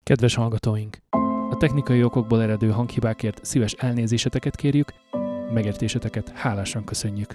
Kedves hallgatóink! A technikai okokból eredő hanghibákért szíves elnézéseteket kérjük, megértéseteket hálásan köszönjük.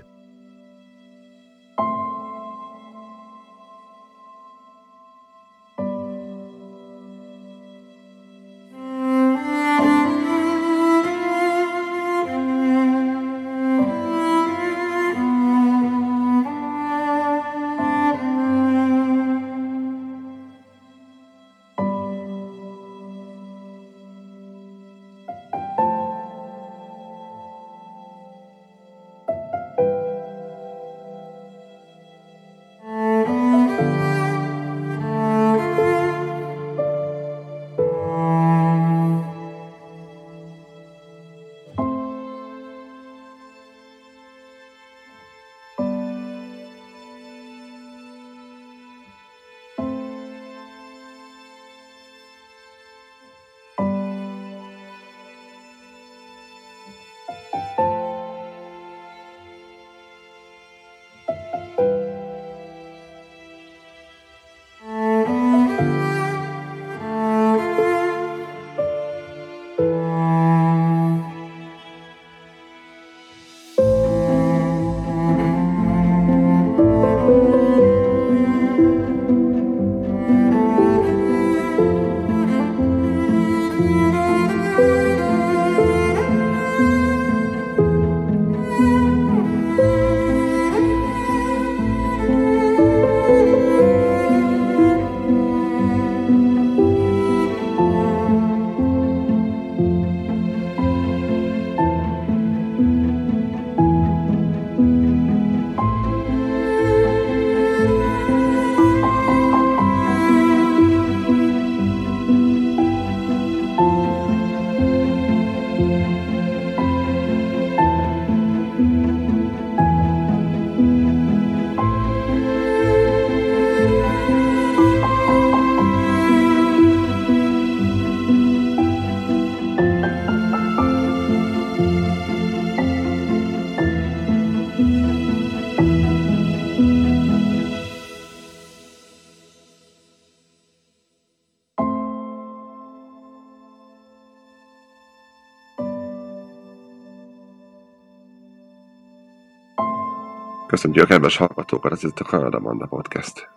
Köszönjük a kedves hallgatókat, ez itt a Kanada Banda Podcast.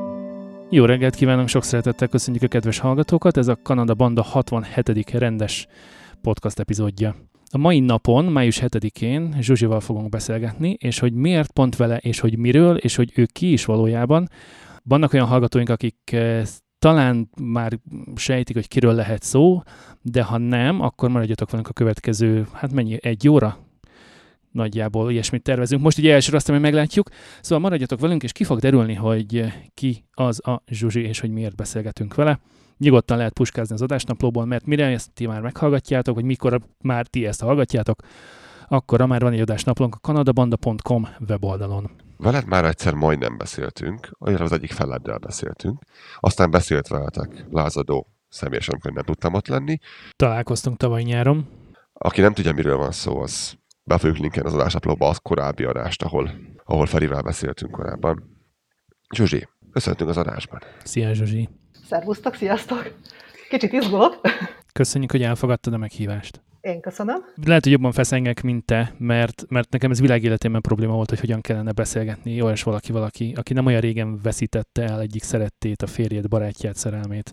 Jó reggelt kívánunk, sok szeretettel köszönjük a kedves hallgatókat, ez a Kanada Banda 67. rendes podcast epizódja. A mai napon, május 7-én Zsuzsival fogunk beszélgetni, és hogy miért pont vele, és hogy miről, és hogy ő ki is valójában. Vannak olyan hallgatóink, akik talán már sejtik, hogy kiről lehet szó, de ha nem, akkor maradjatok velünk a következő, egy óra? Nagyjából ilyesmit tervezünk. Most ugye elsőre aztán majd meglátjuk. Szóval maradjatok velünk, és ki fog derülni, hogy ki az a Zsuzsi, és hogy miért beszélgetünk vele. Nyugodtan lehet puskázni az adásnaplóból, mert mire ezt ti már meghallgatjátok, vagy mikor már ti ezt hallgatjátok, akkor már van egy adásnaplónk a kanadabanda.com weboldalon. Veled már egyszer majdnem beszéltünk, olyan az egyik feleddel beszéltünk, aztán beszélt veletek lázadó személyesen, amikor nem tudtam ott lenni. Találkoztunk tavaly nyáron. Aki nem tudja, miről van szó, az be fogjuk linkelni az adásnaplóba az korábbi adást, ahol Ferivel beszéltünk korábban. Zsuzsi, köszöntünk az adásban. Szia, Zsuzsi. Szervusztok, sziasztok! Kicsit izgulok. Köszönjük, hogy elfogadtad a meghívást. Én köszönöm. Lehet, hogy jobban feszengek, mint te, mert nekem ez világéletében probléma volt, hogy hogyan kellene beszélgetni olyas valaki, aki nem olyan régen veszítette el egyik szerettét, a férjét, barátját, szerelmét.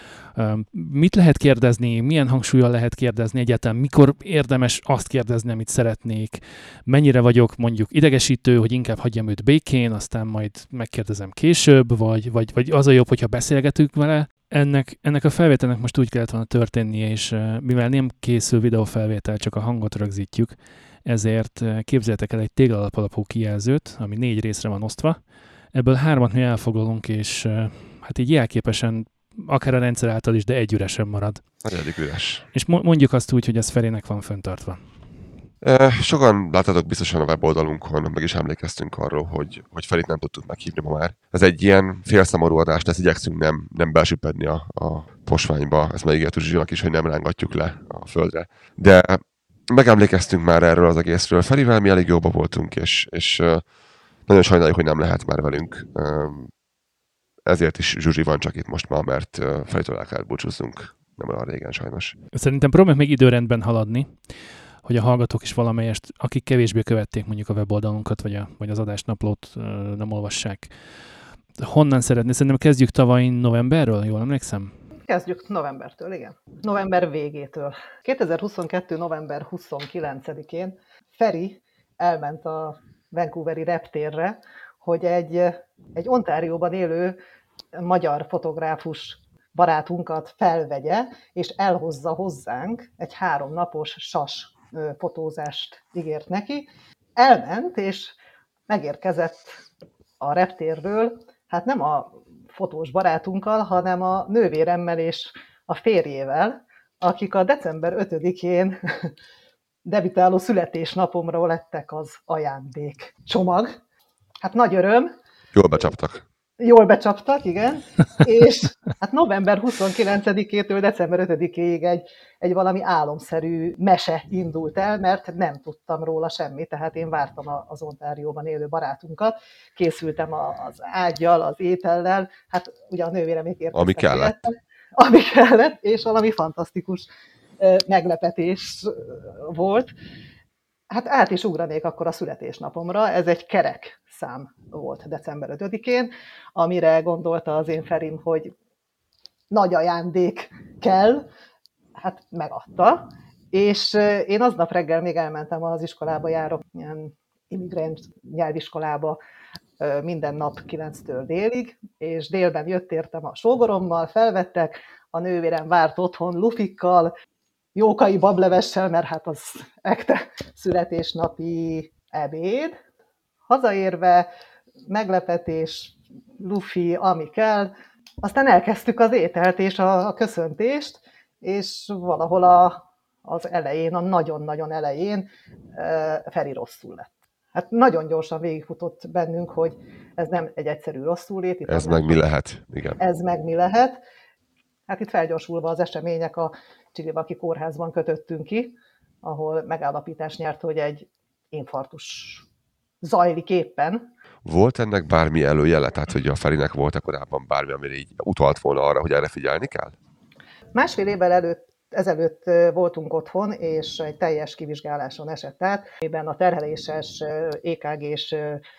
Mit lehet kérdezni, milyen hangsúllyal lehet kérdezni egyáltalán, mikor érdemes azt kérdezni, amit szeretnék, mennyire vagyok mondjuk idegesítő, hogy inkább hagyjam őt békén, aztán majd megkérdezem később, vagy az a jobb, hogyha beszélgetünk vele. Ennek a felvételnek most úgy kellett volna történnie, és mivel nem készül videófelvétel, csak a hangot rögzítjük, ezért képzeljétek el egy téglalap alapú kijelzőt, ami 4 részre van osztva. Ebből 3-at mi elfoglalunk, és hát így jelképesen akár a rendszer által is, de egy üresen marad. Negyedik üres. És mondjuk azt úgy, hogy ez Ferinek van fenntartva. Sokan láttatok biztosan a weboldalunkon, meg is emlékeztünk arról, hogy Ferit nem tudtuk meghívni ma már. Ez egy ilyen félszomorú adás, ezt igyekszünk nem belsüppedni a posványba, ezt megígértük Zsuzsinak is, hogy nem rángatjuk le a földre. De megemlékeztünk már erről az egészről. Ferivel mi elég jóba voltunk, és nagyon sajnáljuk, hogy nem lehet már velünk ezért is Zsuzsi van csak itt most ma, mert Feritől el kellett búcsúzzunk nem olyan régen sajnos. Szerintem próbáljuk még időrendben haladni, hogy a hallgatók is valamelyest, akik kevésbé követték mondjuk a weboldalunkat, vagy az adásnaplót nem olvassák. Honnan szeretné? Szerintem kezdjük tavaly novemberről, jól emlékszem? Kezdjük novembertől, igen. November végétől. 2022. november 29-én Feri elment a vancouveri reptérre, hogy egy Ontárióban élő magyar fotográfus barátunkat felvegye, és elhozza hozzánk, egy 3 napos sas fotózást ígért neki. Elment, és megérkezett a reptérről, hát nem a fotós barátunkkal, hanem a nővéremmel és a férjével, akik a december 5-én debütáló születésnapomra lettek az ajándék csomag. Hát nagy öröm. Jól becsaptak. Jól becsaptak, igen. És hát november 29-től december 5-ig egy valami álomszerű mese indult el, mert nem tudtam róla semmit, tehát én vártam az Ontárióban élő barátunkat, készültem az ággyal, az étellel, hát ugye a nővérem még érkeztek. Ami kellett, és valami fantasztikus meglepetés volt. Hát át is ugranék akkor a születésnapomra, ez egy kerek szám volt december 5-én, amire gondolta az én Ferim, hogy nagy ajándék kell, hát megadta, és én aznap reggel még elmentem az iskolába, járok ilyen immigrant nyelviskolába minden nap 9-től délig, és délben értem a sógorommal, felvettek, a nővérem várt otthon lufikkal, jókai bablevessel, mert hát az ekte születésnapi ebéd. Hazaérve meglepetés, lufi, ami kell. Aztán elkezdtük az ételt és a köszöntést, és valahol az elején, a nagyon-nagyon elején Feri rosszul lett. Hát nagyon gyorsan végigfutott bennünk, hogy ez nem egy egyszerű rosszul-lét. Ez meg mi lehet? Igen. Ez meg mi lehet. Hát itt felgyorsulva az események a Csillivaki kórházban kötöttünk ki, ahol megállapítás nyert, hogy egy infarktus zajlik éppen. Volt ennek bármi előjele? Tehát, hogy a Ferinek volt korábban bármi, amire így utalt volna arra, hogy erre figyelni kell? Másfél évvel ezelőtt voltunk otthon, és egy teljes kivizsgáláson esett át, amiben a terheléses EKG-s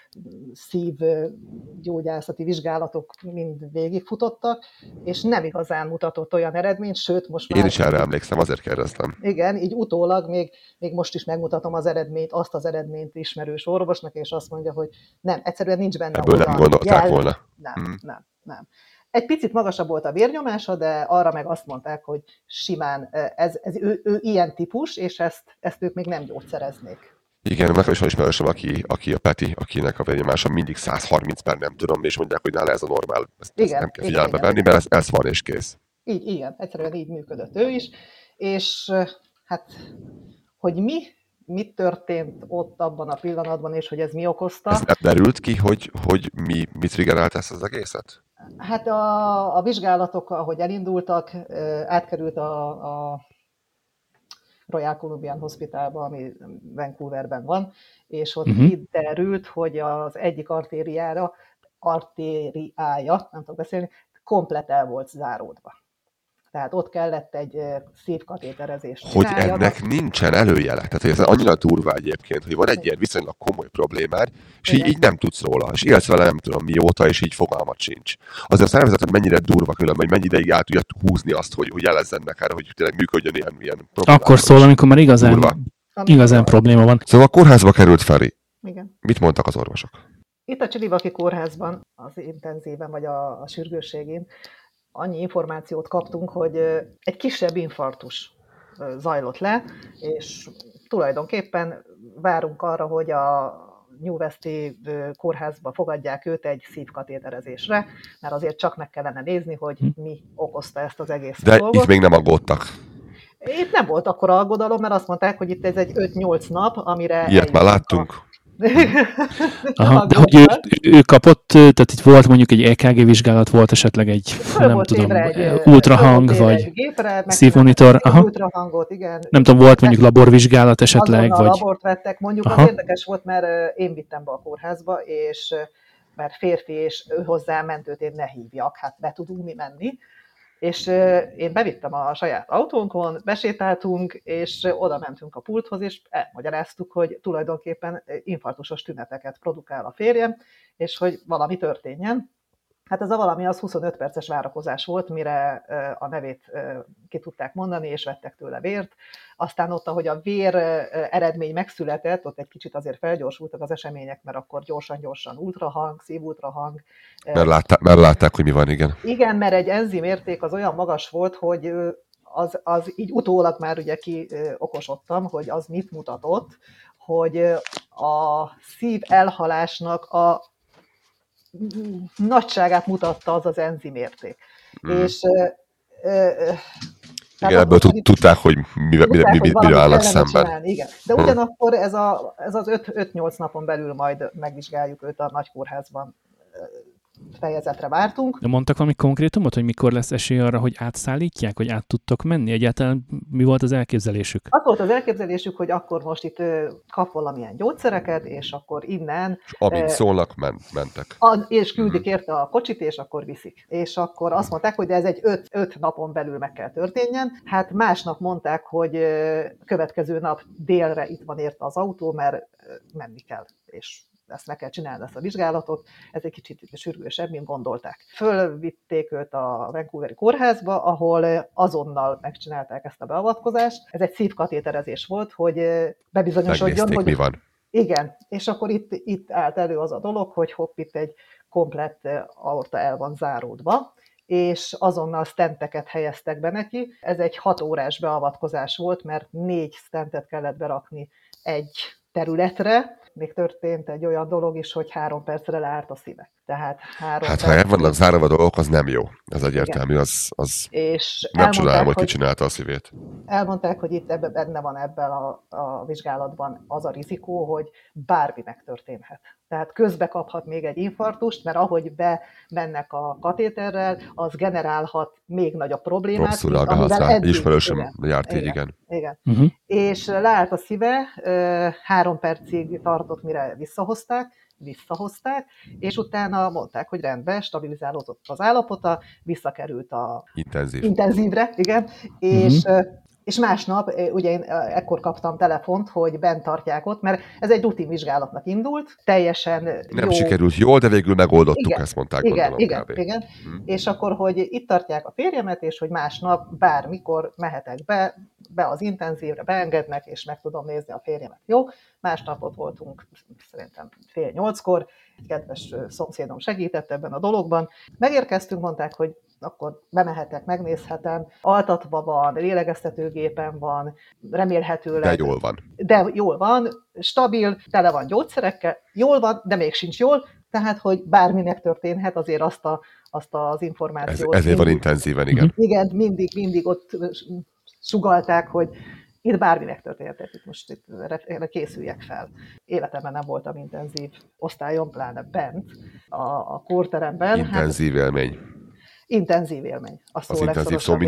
szívgyógyászati vizsgálatok mind végigfutottak, és nem igazán mutatott olyan eredményt, sőt most már... Én is erre emlékszem, azért kérdeztem. Igen, így utólag még most is megmutatom az eredményt, azt az eredményt ismerős orvosnak, és azt mondja, hogy nem, egyszerűen nincs benne ebből olyan nem gondolták jel. volna. Nem. Egy picit magasabb volt a vérnyomása, de arra meg azt mondták, hogy simán ő ilyen típus, és ezt ők még nem gyógyszereznék. Igen, nekem is van ismerősöm, aki a Peti, akinek a vérnyomása mindig 130 per nem tudom, és mondják, hogy nála ez a normál. Ezt nem kell figyelembe venni, mert ez van és kész. Igen, egyszerűen így működött ő is, és hát, hogy mi történt ott abban a pillanatban, és hogy ez mi okozta. Ez derült ki, hogy mi triggerelte ezt az egészet? Hát a vizsgálatok, ahogy elindultak, átkerült a Royal Columbian Hospitalba, ami Vancouverben van, és ott kiderült, hogy az egyik artériája, nem tudok beszélni, komplet el volt záródva. Tehát ott kellett egy szívkatéterezést csinálni. Hogy ennek nincsen előjele. Tehát ez annyira durva egyébként, hogy van egy ilyen viszonylag komoly problémád, és így nem tudsz róla, és élsz vele nem tudom mióta, és így fogalmat sincs. Azért a szervezet, hogy mennyire durva különben, hogy mennyi ideig el tudja húzni azt, hogy jelezzenek erre, hogy tényleg működjön ilyen problémák. Akkor szól, amikor már igazán probléma van. Szóval a kórházba került Feri. Igen. Mit mondtak az orvosok? Itt a Csillivaki kórházban, az intenzíven vagy a sürgősségén annyi információt kaptunk, hogy egy kisebb infarktus zajlott le, és tulajdonképpen várunk arra, hogy a New Westi kórházba fogadják őt egy szívkatéterezésre, mert azért csak meg kellene nézni, hogy mi okozta ezt az egész dolgot. De itt még nem aggódtak. Itt nem volt akkora aggodalom, mert azt mondták, hogy itt ez egy 5-8 nap, amire... Ilyet már láttunk. Aha, de hogy ő kapott, tehát itt volt mondjuk egy EKG vizsgálat, volt esetleg egy, nem tudom, ultrahang, vagy szívmonitor. Ultrahangot, igen. Nem tudom, volt mondjuk laborvizsgálat esetleg, azonnal vagy... labort vettek, mondjuk az érdekes volt, mert én vittem be a kórházba, és mert férfi, és ő hozzá mentőt ne hívjak, hát be tudunk mi menni. És én bevittem a saját autónkon, besétáltunk, és oda mentünk a pulthoz, és elmagyaráztuk, hogy tulajdonképpen infarktusos tüneteket produkál a férjem, és hogy valami történjen. Hát ez a valami az 25 perces várakozás volt, mire a nevét ki tudták mondani, és vettek tőle vért. Aztán ott, ahogy a vér eredmény megszületett, ott egy kicsit azért felgyorsultak az események, mert akkor gyorsan ultrahang, szívultrahang. Mert látták, hogy mi van, igen. Igen, mert egy enzimérték az olyan magas volt, hogy az így utólag már ugye kiokosodtam, hogy az mit mutatott, hogy a szív elhalásnak a nagyságát mutatta az enzimérték. És igen, ebből tudták, hogy mire állnak szemben. Igen. De ugyanakkor ez az 5-8 napon belül majd megvizsgáljuk őt a nagy kórházban. Fejezetre vártunk. De mondtak valami konkrétumot, hogy mikor lesz esély arra, hogy átszállítják, hogy át tudtok menni? Egyáltalán mi volt az elképzelésük? Az volt az elképzelésük, hogy akkor most itt kap valamilyen gyógyszereket, és akkor innen... És amint szólnak, mentek. És küldik érte a kocsit, és akkor viszik. És akkor azt mondták, hogy de ez egy 5 napon belül meg kell történjen. Hát másnap mondták, hogy következő nap délre itt van érte az autó, mert menni kell, és ezt meg kell csinálni, ezt a vizsgálatot, ez egy kicsit sürgősebb, mint gondolták. Fölvitték őt a Vancouveri kórházba, ahol azonnal megcsinálták ezt a beavatkozást. Ez egy szívkatéterezés volt, hogy bebizonyosodjon, hogy... mi van. Igen, és akkor itt állt elő az a dolog, hogy hopp, itt egy komplett aorta el van záródva, és azonnal stenteket helyeztek be neki. Ez egy 6 órás beavatkozás volt, mert 4 stentet kellett berakni egy területre. Még történt egy olyan dolog is, hogy 3 percre leállt a szíve. Tehát 3 hát ha el vannak zárva a dolgok, az nem jó. Ez egyértelmű, az és nem csodálom, hogy kicsinálta a szívét. Elmondták, hogy itt benne van ebben a vizsgálatban az a rizikó, hogy bármi megtörténhet. Tehát közbe kaphat még egy infarktust, mert ahogy bemennek a katéterrel, az generálhat még nagyobb problémát. Rosszul reagálhat rá, ismerősen járt így, igen. Uh-huh. És leállt a szíve, 3 percig tartott, mire visszahozták, és utána mondták, hogy rendben, stabilizálódott az állapota, visszakerült a intenzívre, igen, és másnap, ugye én ekkor kaptam telefont, hogy bent tartják ott, mert ez egy rutinvizsgálatnak indult, teljesen nem jó. sikerült jól, de végül megoldottuk, ezt mondták, gondolom. Igen. És akkor, hogy itt tartják a férjemet, és hogy másnap bármikor mehetek be az intenzívre, beengednek, és meg tudom nézni a férjemet. Jó? Másnap ott voltunk, szerintem 7:30, egy kedves szomszédom segített ebben a dologban. Megérkeztünk, mondták, hogy akkor bemehetek, megnézhetem, altatva van, lélegeztetőgépen van, remélhetőleg... De jól van, stabil, tele van gyógyszerekkel, jól van, de még sincs jól, tehát, hogy bármi megtörténhet, azért azt az információt... Ezért van intenzíven, igen. Igen, mindig ott sugalták, hogy itt bármi megtörténhet, itt készüljek fel. Életemben nem voltam intenzív osztályon, pláne bent a kórteremben. Intenzív élmény. Intenzív élmény. Az intenzív szó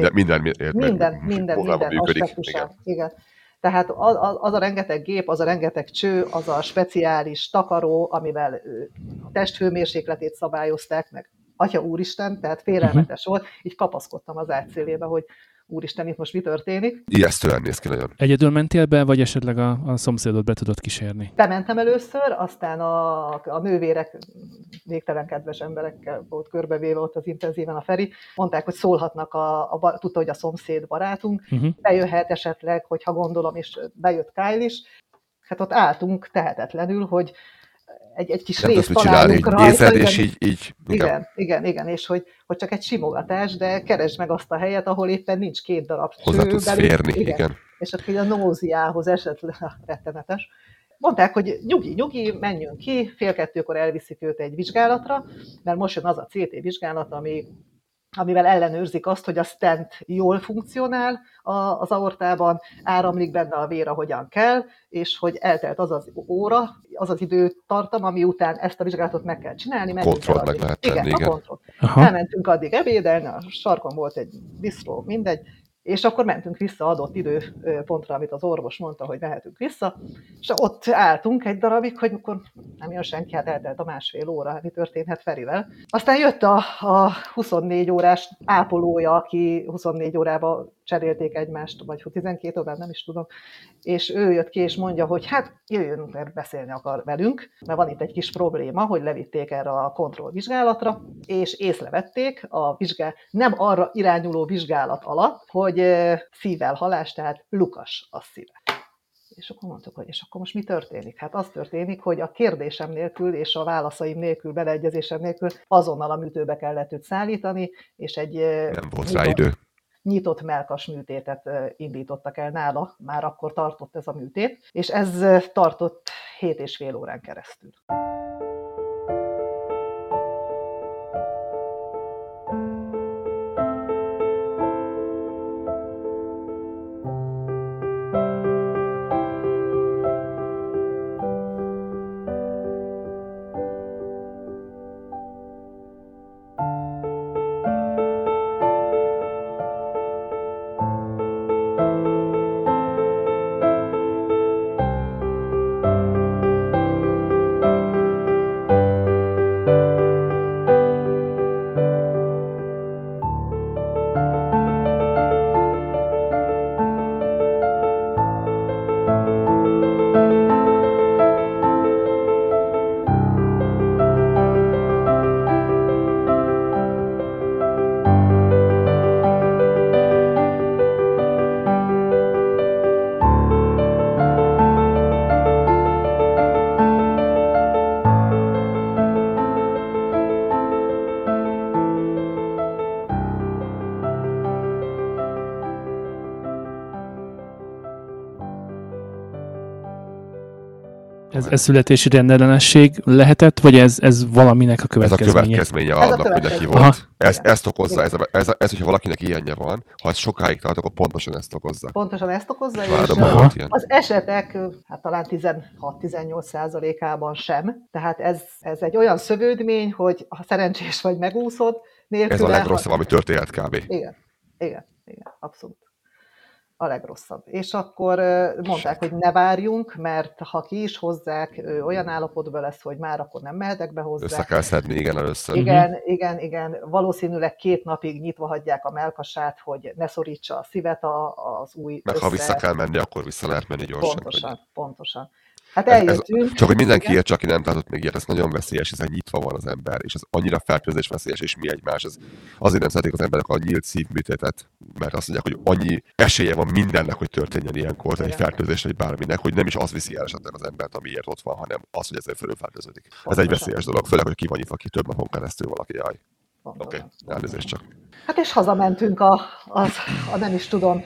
minden aspektusán. Igen. Tehát az a rengeteg gép, az a rengeteg cső, az a speciális takaró, amivel a testhőmérsékletét szabályozták meg. Atya úristen, tehát félelmetes volt. Így kapaszkodtam az ágy szélébe, hogy úristen, itt most mi történik. Ijesztően néz ki nagyon. Egyedül mentél be, vagy esetleg a szomszédot be tudod kísérni? Bementem először, aztán a nővérek, végtelen kedves emberekkel volt körbevéve ott az intenzíven a Feri, mondták, hogy szólhatnak, tudta, hogy a szomszéd barátunk, bejöhet esetleg, hogyha gondolom, és bejött Kyle is. Hát ott álltunk tehetetlenül, hogy egy kis részt találunk rajta. És így. Igen, és hogy csak egy simogatás, de keresd meg azt a helyet, ahol éppen nincs 2 darab cső. Hozzá tudsz férni, igen. És akkor a nóziához esetleg rettenetes. Mondták, hogy nyugi, menjünk ki, 1:30 elviszik őt egy vizsgálatra, mert most jön az a CT vizsgálat, amivel ellenőrzik azt, hogy a stent jól funkcionál az aortában, áramlik benne a vér, ahogyan kell, és hogy eltelt az óra, az az időtartam, ami után ezt a vizsgálatot meg kell csinálni. Kontrollt meg lehet tenni, igen. A kontroll. Elmentünk addig ebédelni, a sarkon volt egy bisztró, mindegy, És akkor mentünk vissza adott időpontra, amit az orvos mondta, hogy mehetünk vissza, és ott álltunk egy darabig, hogy akkor nem jön senki, hát eltelt a 1,5 óra, mi történhet Ferivel. Aztán jött a 24 órás ápolója, aki 24 órába cserélték egymást, vagy 12 órában, nem is tudom, és ő jött ki, és mondja, hogy hát jöjjön, mert beszélni akar velünk, mert van itt egy kis probléma, hogy levitték erre a kontrollvizsgálatra, és észrevették a nem arra irányuló vizsgálat alatt, hogy szívelhalás, tehát lukas a szíve. És akkor mondtuk, hogy és akkor most mi történik? Hát az történik, hogy a kérdésem nélkül és a válaszaim nélkül, beleegyezésem nélkül azonnal a műtőbe kellett őt szállítani, és egy Nem volt rá idő. Nyitott mellkas műtétet indítottak el nála, már akkor tartott ez a műtét, és ez tartott 7,5 órán keresztül. Ez születési rendellenesség lehetett, vagy ez valaminek a következménye? Ez a következménye annak, hogy neki volt. Ezt okozza, ez, hogyha valakinek ilyenje van, ha ez sokáig tart, akkor pontosan ezt okozza. Pontosan ezt okozza, és az esetek hát talán 16-18%-ában sem. Tehát ez egy olyan szövődmény, hogy ha szerencsés vagy megúszod, nélküle... Ez a legrosszabb, ami történhet kb. Igen, abszolút. A legrosszabb. És akkor mondták, hogy ne várjunk, mert ha ki is hozzák, olyan állapotban lesz, hogy már akkor nem mehetek be hozzá. Össze kell szedni, igen, először. Igen. Valószínűleg 2 napig nyitva hagyják a mellkasát, hogy ne szorítsa a szívet az új Meg ha vissza kell menni, akkor vissza lehet menni gyorsan. Pontosan. Hát eljöttünk. Csak hogy mindenki ért, csak aki nem tartott még ilyet, ez nagyon veszélyes, hiszen nyitva van az ember, és ez annyira fertőzés veszélyes, és mi egymás. Azért nem szeretik az emberek a nyílt szívműtétet, mert azt mondják, hogy annyi esélye van mindennek, hogy történjen ilyenkor, egy fertőzés, vagy bárminek, hogy nem is az viszi el esetleg az embert, amiért ott van, hanem az, hogy ezzel fölülfertőződik. Ez egy veszélyes dolog, főleg, hogy ki van nyitva, ki több napon keresztül valaki, jaj. Oké, elnézést csak. Hát és hazamentünk a nem is tudom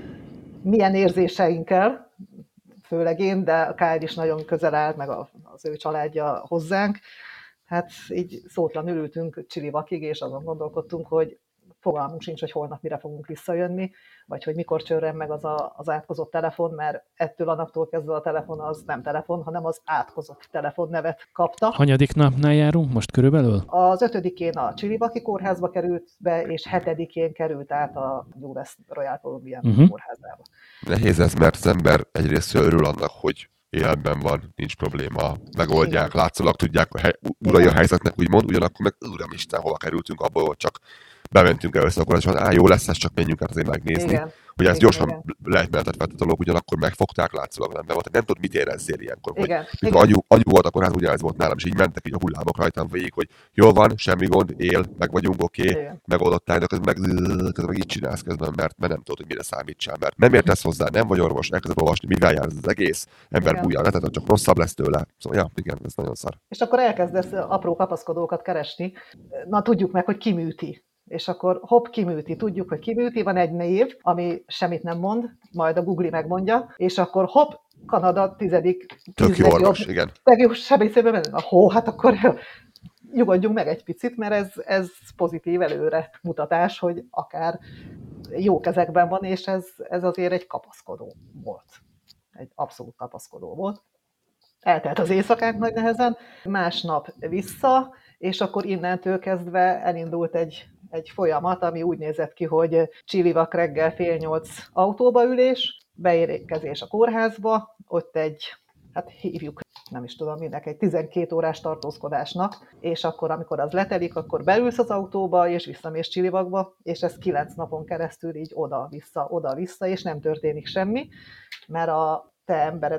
milyen érzéseinkkel, főleg én, de a Kyle is nagyon közel állt, meg az ő családja hozzánk. Hát így szótlan ülültünk csili-vakig, és azon gondolkodtunk, hogy fogalmunk sincs, hogy holnap mire fogunk visszajönni, vagy hogy mikor csörren meg az átkozott telefon, mert ettől a naptól kezdve a telefon az nem telefon, hanem az átkozott telefon nevet kapta. Hanyadik napnál járunk most körülbelül? Az 5-én a Chilliwacky kórházba került be, és 7-én került át a New West Royal Columbian kórházába. Nehéz ez, mert az ember egyrészt örül annak, hogy életben van, nincs probléma, megoldják, látszólag tudják, urai a helyzetnek, úgymond, ugyanakkor meg Uramisten, hova kerültünk abból, hogy csak bementünk először, akkor az van, jó lesz, ez csak menjünk át azért megnézni. Igen. Ugye ez gyorsan lejtmenetet vett a dolog, ugyanakkor megfogták, látszólag nem volt, nem tudod, mit érezzél ilyenkor. Mikor anyu volt, akkor hát ugye ez volt nálam, és így mentek így a hullámok rajtam végig, hogy jól van, semmi gond, él, meg vagyunk, oké, megoldották, de közben meg így csinálsz közben, mert nem tudod, hogy mire számítsál, mert nem értesz hozzá, nem vagy orvos, elkezded olvasni, mivel jár ez az egész, ember bújjál, tehát csak rosszabb lesz tőle. Szóval ja, igen, ez nagyon szar. És akkor elkezdesz apró kapaszkodókat keresni, na tudjuk meg, hogy ki műti. És akkor hopp, kiműti, tudjuk, hogy kiműti, van egy név, ami semmit nem mond, majd a Google megmondja, és akkor hopp, Kanada 10. Tök jó orvos, igen. Legjobb sebészében menünk. Hát akkor nyugodjunk meg egy picit, mert ez pozitív előre mutatás, hogy akár jó kezekben van, és ez azért egy kapaszkodó volt. Egy abszolút kapaszkodó volt. Eltelt az éjszakánk nagy nehezen, másnap vissza, és akkor innentől kezdve elindult egy egy folyamat, ami úgy nézett ki, hogy csillivak reggel 7:30 autóba ülés, beérkezés a kórházba, ott hát hívjuk, nem is tudom minek, egy 12 órás tartózkodásnak, és akkor, amikor az letelik, akkor beülsz az autóba, és visszamész Csillivakba, és ez 9 napon keresztül így oda-vissza, és nem történik semmi, mert a te embered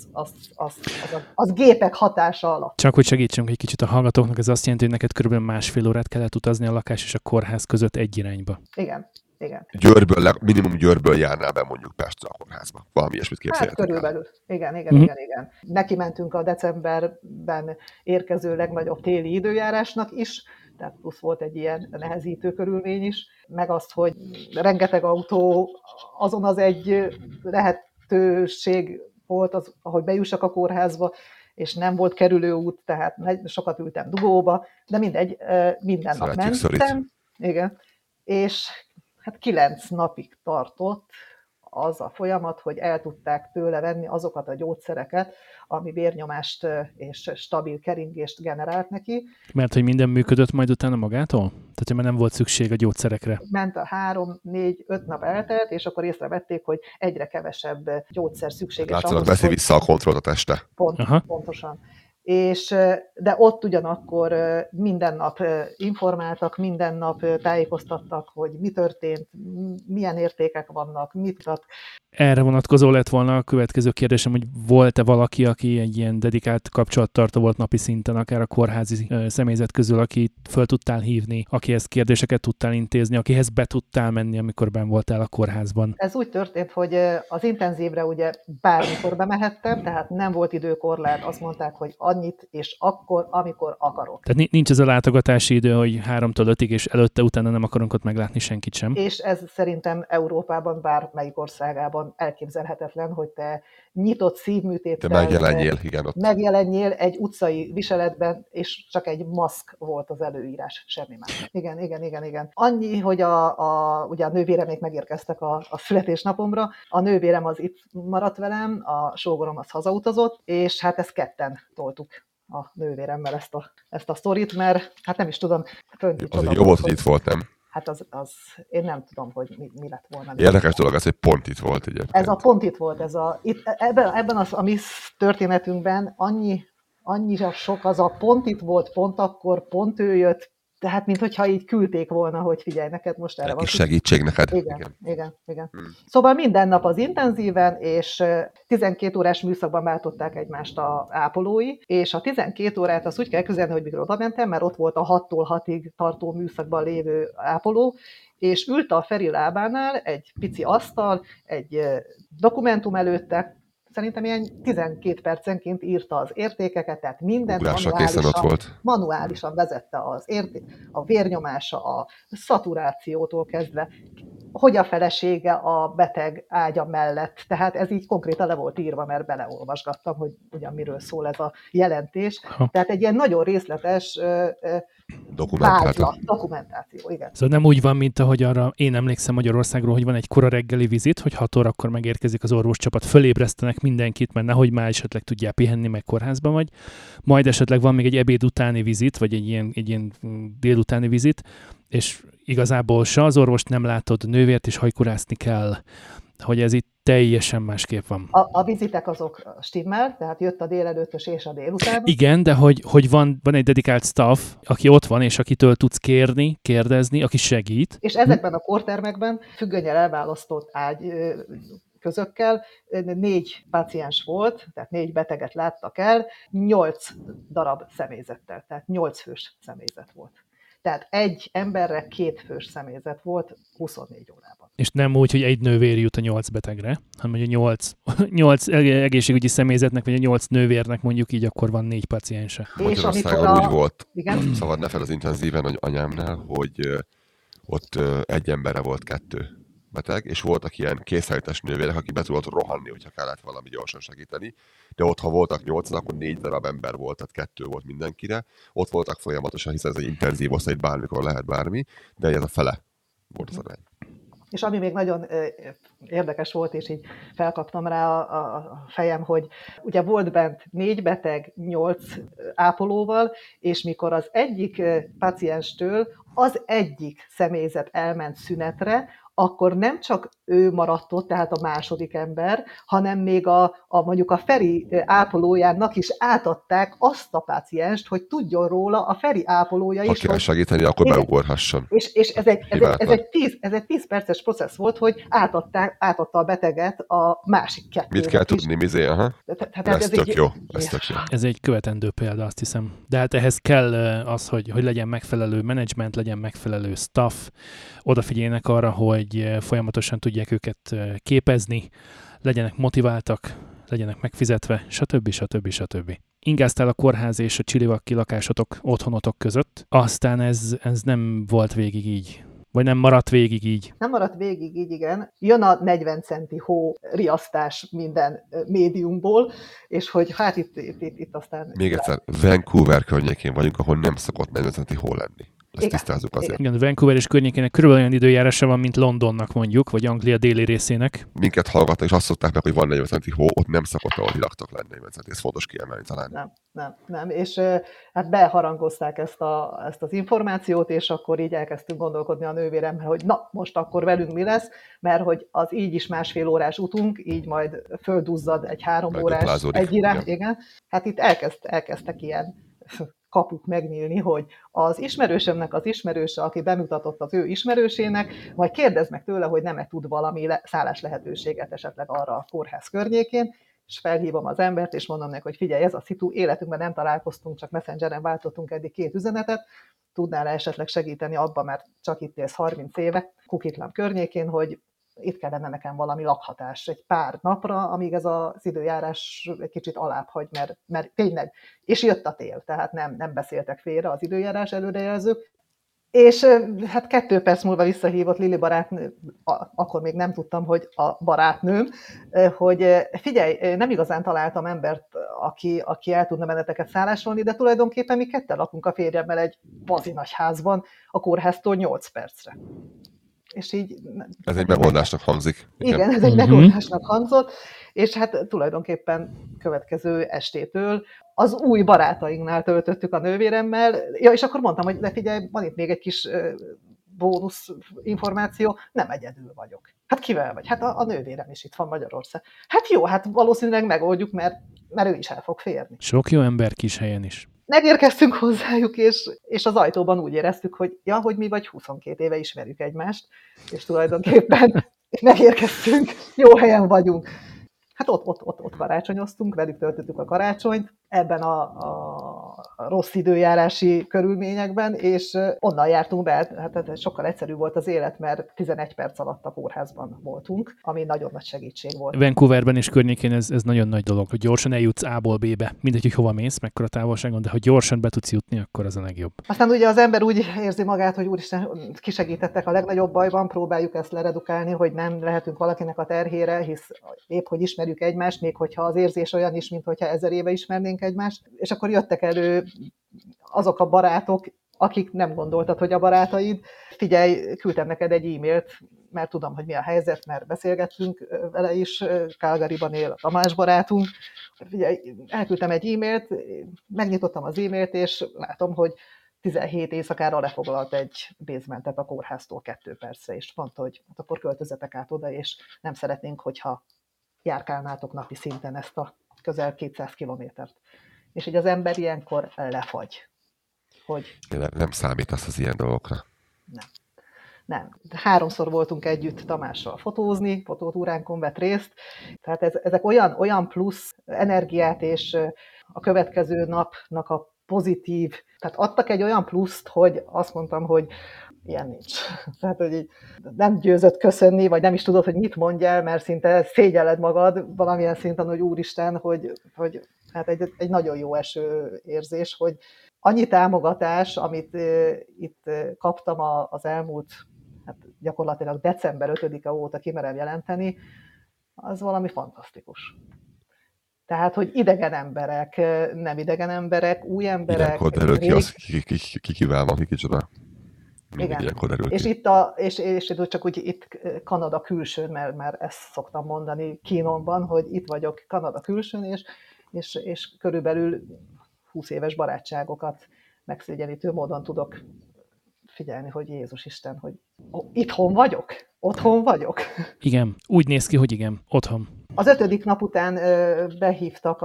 az gépek hatása alatt. Csak hogy segítsünk egy kicsit a hallgatóknak, ez azt jelenti, hogy neked körülbelül 1,5 órát kellett utazni a lakás és a kórház között egy irányba. Igen. Minimum Győrből járnál be mondjuk Pestre a kórházba. Valami ilyesmit képzeljetek el. Körülbelül. Igen. Neki mentünk a decemberben érkező legnagyobb téli időjárásnak is, tehát plusz volt egy ilyen nehezítő körülmény is, meg azt, hogy rengeteg autó, azon az egy lehetőség volt, ahogy bejussak a kórházba, és nem volt kerülőút, tehát sokat ültem dugóba, de mindegy, minden nap mentem. Igen. És hát 9 napig tartott az a folyamat, hogy el tudták tőle venni azokat a gyógyszereket, ami vérnyomást és stabil keringést generált neki. Mert hogy minden működött majd utána magától? Tehát, hogy már nem volt szükség a gyógyszerekre? Ment a 3-4-5 nap eltelt, és akkor észrevették, hogy egyre kevesebb gyógyszer szükséges. Látszólag veszi vissza a kontrollt a teste. Pontosan. De ott ugyanakkor minden nap informáltak, minden nap tájékoztattak, hogy mi történt, milyen értékek vannak, mit ad. Erre vonatkozó lett volna a következő kérdésem, hogy volt-e valaki, aki egy ilyen dedikált kapcsolattartó volt napi szinten, akár a kórházi személyzet közül, akit föl tudtál hívni, akihez kérdéseket tudtál intézni, akihez be tudtál menni, amikor benn voltál a kórházban? Ez úgy történt, hogy az intenzívre ugye bármikor bemehettem, tehát nem volt időkorlát, azt mondták, hogy annyit, és akkor, amikor akarok. Tehát nincs ez a látogatási idő, hogy 3-tól 5-ig, és előtte, utána nem akarunk ott meglátni senkit sem. És ez szerintem Európában, bármelyik országában elképzelhetetlen, hogy te nyitott szívműtéttel megjelenjél egy utcai viseletben, és csak egy maszk volt az előírás, semmi más. Igen. Annyi, hogy ugye a nővérem még megérkeztek a születésnapomra, a nővérem az itt maradt velem, a sógorom az hazautazott, és hát ezt ketten toltuk a nővéremmel ezt a sztorit, mert hát nem is tudom. Az jó volt, hogy itt volt, nem? Hát én nem tudom, hogy mi lett volna. Érdekes dolog az, hogy pont itt volt. Egyébként. Ez a pont itt volt. Ebben a mi történetünkben annyira sok az a pont itt volt, pont akkor, pont ő jött, tehát minthogyha így küldték volna, hogy figyelj, neked most erre van. Segítség neked. Igen. Szóval minden nap az intenzíven, és 12 órás műszakban váltották egymást a ápolói, és a 12 órát azt úgy kell közelni, hogy mikor oda mentem, mert ott volt a 6-tól 6-ig tartó műszakban lévő ápoló, és ült a Feri lábánál egy pici asztal, egy dokumentum előtte, szerintem ilyen 12 percenként írta az értékeket, tehát mindent manuálisan vezette a vérnyomása, a szaturációtól kezdve, hogy a felesége a beteg ágya mellett. Tehát ez így konkrétan le volt írva, mert beleolvasgattam, hogy ugyan miről szól ez a jelentés. Tehát egy ilyen nagyon részletes dokumentáció. Igen. Szóval nem úgy van, mint ahogy arra én emlékszem Magyarországról, hogy van egy kora reggeli vizit, hogy 6 órakor megérkezik az orvoscsapat, fölébresztenek mindenkit, mert nehogy már esetleg tudjál pihenni, meg kórházban vagy. Majd esetleg van még egy ebéd utáni vizit, vagy egy ilyen délutáni vizit, és igazából se az orvost nem látod, nővért is hajkurászni kell, hogy ez itt teljesen másképp van. A vizitek azok stimmel, tehát jött a délelőttös és a délután. Igen, de hogy van egy dedikált staff, aki ott van, és akitől tudsz kérdezni, aki segít. És ezekben a kórtermekben függönnyel elválasztott ágy közökkel 4 páciens volt, tehát 4 beteget láttak el, 8 darab személyzettel, tehát 8 fős személyzet volt. Tehát egy emberre 2 fős személyzet volt 24 órában. És nem úgy, hogy egy nővér jut a 8 betegre, hanem hogy a 8 egészségügyi személyzetnek, vagy a 8 nővérnek mondjuk így akkor van 4 paciense. Magyarországon úgy volt, szabad ne fel az intenzíven, hogy anyámnál, hogy ott egy emberre volt 2 beteg, és voltak ilyen készszállítás nővérek, aki be tudott rohanni, hogyha kellett valami gyorsan segíteni, de ott, ha voltak 8, akkor 4 darab ember volt, tehát 2 volt mindenkire. Ott voltak folyamatosan, hiszen ez egy intenzív osztály, bármikor lehet bármi, de ez a fele volt az arány. És ami még nagyon érdekes volt, és így felkaptam rá a fejem, hogy ugye volt bent 4 beteg, 8 ápolóval, és mikor az egyik pácienstől az egyik személyzet elment szünetre, akkor nem csak ő maradt ott, tehát a második ember, hanem még mondjuk a Feri ápolójának is átadták azt a pácienst, hogy tudjon róla a Feri ápolója is. Ha kell segíteni, akkor beugorhasson. És ez egy 10 perces processz volt, hogy átadta a beteget a másik kettőnek. Mit kell tudni, mizé? Ez tök jó. Ez egy követendő példa, azt hiszem. De hát ehhez kell az, hogy legyen megfelelő menedzsment, legyen megfelelő staff, odafigyeljenek arra, hogy folyamatosan tudják őket képezni, legyenek motiváltak, legyenek megfizetve, stb. Ingáztál a kórház és a csillivakki lakásotok, otthonotok között, aztán ez nem volt végig így. Vagy nem maradt végig így? Nem maradt végig így, igen. Jön a 40 centi hó riasztás minden médiumból, és hogy hát itt aztán... Még egyszer, Vancouver környékén vagyunk, ahol nem szokott 40 centi hó lenni. Ezt tisztázzuk azért. Igen, Vancouver és környékének körülbelül olyan időjárása van, mint Londonnak mondjuk, vagy Anglia déli részének. Minket hallgatnak, és azt szokták meg, hogy van 40 centi hó, ott nem szokott, ahol laktak lenni 40 centi. Ez fontos kiemelni talán. Nem. És hát beharangozták ezt az információt, és akkor így elkezdtünk gondolkodni a nővéremmel, hogy na, most akkor velünk mi lesz, mert hogy az így is 1,5 órás utunk, így majd földuzzad egy 3 órás egyire. Igen. Hát itt elkezdtek ilyen kapuk megnyílni, hogy az ismerősömnek az ismerőse, aki bemutatott az ő ismerősének, majd kérdezd meg tőle, hogy nem-e tud valami szállás lehetőséget esetleg arra a kórház környékén, és felhívom az embert, és mondom neki, hogy figyelj, ez a szitu, életünkben nem találkoztunk, csak Messengeren váltottunk eddig 2 üzenetet, tudnál-e esetleg segíteni abban, mert csak itt élsz 30 éve, Kukitlam környékén, hogy itt kellene nekem valami lakhatás egy pár napra, amíg ez az időjárás egy kicsit alább hagy, mert tényleg, és jött a tél, tehát nem beszéltek félre az időjárás előrejelzők. És hát 2 perc múlva visszahívott Lili barátnő, akkor még nem tudtam, hogy a barátnőm, hogy figyelj, nem igazán találtam embert, aki el tudna benneteket szállásolni, de tulajdonképpen mi ketten lakunk a férjemmel egy bazi nagy házban, a kórháztól 8 percre. És így... Ez egy megoldásnak hangzik. Igen, ez egy megoldásnak hangzott, és hát tulajdonképpen következő estétől az új barátainknál töltöttük a nővéremmel, és akkor mondtam, hogy de figyelj, van itt még egy kis bónusz információ, nem egyedül vagyok. Hát kivel vagy? Hát a nővérem is itt van Magyarország. Hát jó, hát valószínűleg megoldjuk, mert ő is el fog férni. Sok jó ember kis helyen is. Megérkeztünk hozzájuk, és az ajtóban úgy éreztük, hogy mi vagy 22 éve ismerjük egymást, és tulajdonképpen megérkeztünk, jó helyen vagyunk. Hát ott karácsonyoztunk, velük töltöttük a karácsonyt, ebben a rossz időjárási körülményekben, és onnan jártunk be, hát sokkal egyszerűbb volt az élet, mert 11 perc alatt a kórházban voltunk, ami nagyon nagy segítség volt. Vancouverben és környékén ez nagyon nagy dolog, hogy gyorsan eljutsz A-ból B-be, mindegy, hogy hova mész, mekkora távolságon, de ha gyorsan be tudsz jutni, akkor az a legjobb. Aztán ugye az ember úgy érzi magát, hogy úristen, kisegítettek a legnagyobb bajban, próbáljuk ezt leredukálni, hogy nem lehetünk valakinek a terhére, hisz épp, hogy ismerjük egymást, még hogyha az érzés olyan is, mint hogyha 1000 éve ismernénk egymást, és akkor jöttek elő azok a barátok, akik nem gondoltad, hogy a barátaid. Figyelj, küldtem neked egy e-mailt, mert tudom, hogy mi a helyzet, mert beszélgettünk vele is, Calgaryban él a Tamás barátunk. Figyelj, elküldtem egy e-mailt, megnyitottam az e-mailt, és látom, hogy 17 éjszakára lefoglalt egy basementet a kórháztól 2 percre, és mondta, hogy hát akkor költözetek át oda, és nem szeretnénk, hogyha járkálnátok napi szinten ezt a közel 200 kilométert. És így az ember ilyenkor lefagy. Hogy... Nem számítasz az ilyen dolgokra. Nem. 3-szor voltunk együtt Tamással fotózni, fotótúránkon vett részt, tehát ezek olyan plusz energiát, és a következő napnak a pozitív, tehát adtak egy olyan pluszt, hogy azt mondtam, hogy ilyen nincs. Tehát, hogy így nem győzött köszönni, vagy nem is tudod, hogy mit mondjál, mert szinte szégyelled magad valamilyen szinten, hogy úristen, hogy hát egy nagyon jó eső érzés, hogy annyi támogatás, amit itt kaptam az elmúlt, hát gyakorlatilag december 5-e óta kimerem jelenteni, az valami fantasztikus. Tehát, hogy idegen emberek, nem idegen emberek, új emberek. Ilyenkor derül ki az, kivel van, kicsoda. Igen. Ilyenkor derül És ki. és csak úgy itt Kanada külsőn, mert ezt szoktam mondani kínomban, hogy itt vagyok Kanada külsőn, és körülbelül 20 éves barátságokat megszégyenítő módon tudok figyelni, hogy Jézus Isten, hogy itthon vagyok, otthon vagyok. Igen, úgy néz ki, hogy igen, otthon. Az 5. nap után behívtak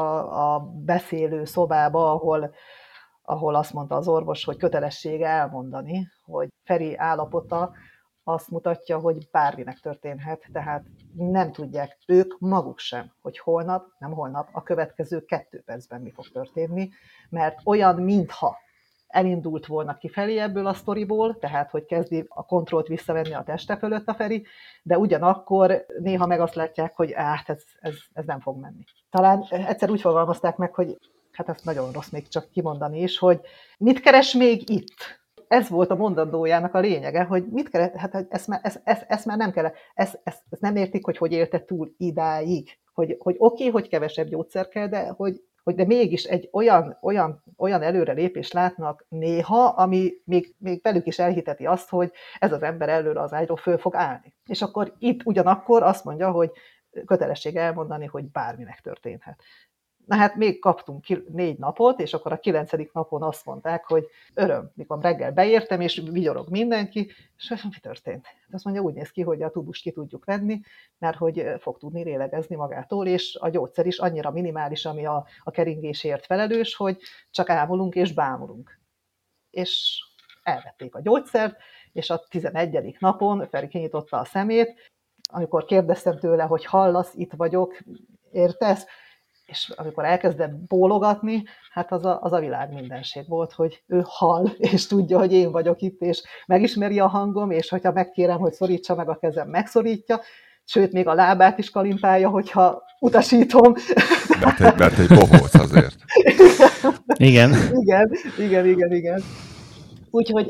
a beszélő szobába, ahol azt mondta az orvos, hogy kötelessége elmondani, hogy Feri állapota azt mutatja, hogy bárminek történhet, tehát nem tudják ők maguk sem, hogy nem holnap, a következő 2 percben mi fog történni, mert olyan, mintha elindult volna kifelé ebből a sztoriból, tehát hogy kezdi a kontrollt visszavenni a teste fölött a Feri, de ugyanakkor néha meg azt látják, hogy ez nem fog menni. Talán egyszer úgy fogalmazták meg, hogy hát ez nagyon rossz még csak kimondani is, hogy mit keres még itt? Ez volt a mondandójának a lényege, hogy mit keres, hát ezt már nem kell, ezt nem értik, hogy élte túl idáig. Hogy oké, hogy kevesebb gyógyszer kell, de mégis egy olyan előrelépést látnak néha, ami még velük is elhiteti azt, hogy ez az ember előre az ágyról föl fog állni. És akkor itt ugyanakkor azt mondja, hogy kötelesség elmondani, hogy bárminek történhet. Na hát még kaptunk 4 napot, és akkor a 9. napon azt mondták, hogy öröm, mikor reggel beértem, és vigyorog mindenki, és mi történt? Azt mondja, úgy néz ki, hogy a tubust ki tudjuk venni, mert hogy fog tudni lélegezni magától, és a gyógyszer is annyira minimális, ami a keringésért felelős, hogy csak ámulunk és bámulunk. És elvették a gyógyszert, és a 11. napon Feri kinyitotta a szemét, amikor kérdeztem tőle, hogy hallasz, itt vagyok, értesz? És amikor elkezdett bólogatni, hát az a világ mindenség volt, hogy ő hall, és tudja, hogy én vagyok itt, és megismeri a hangom, és hogyha megkérem, hogy szorítsa meg a kezem, megszorítja, sőt, még a lábát is kalimpálja, hogyha utasítom. Mert egy bohóc azért. Igen. Igen. Úgyhogy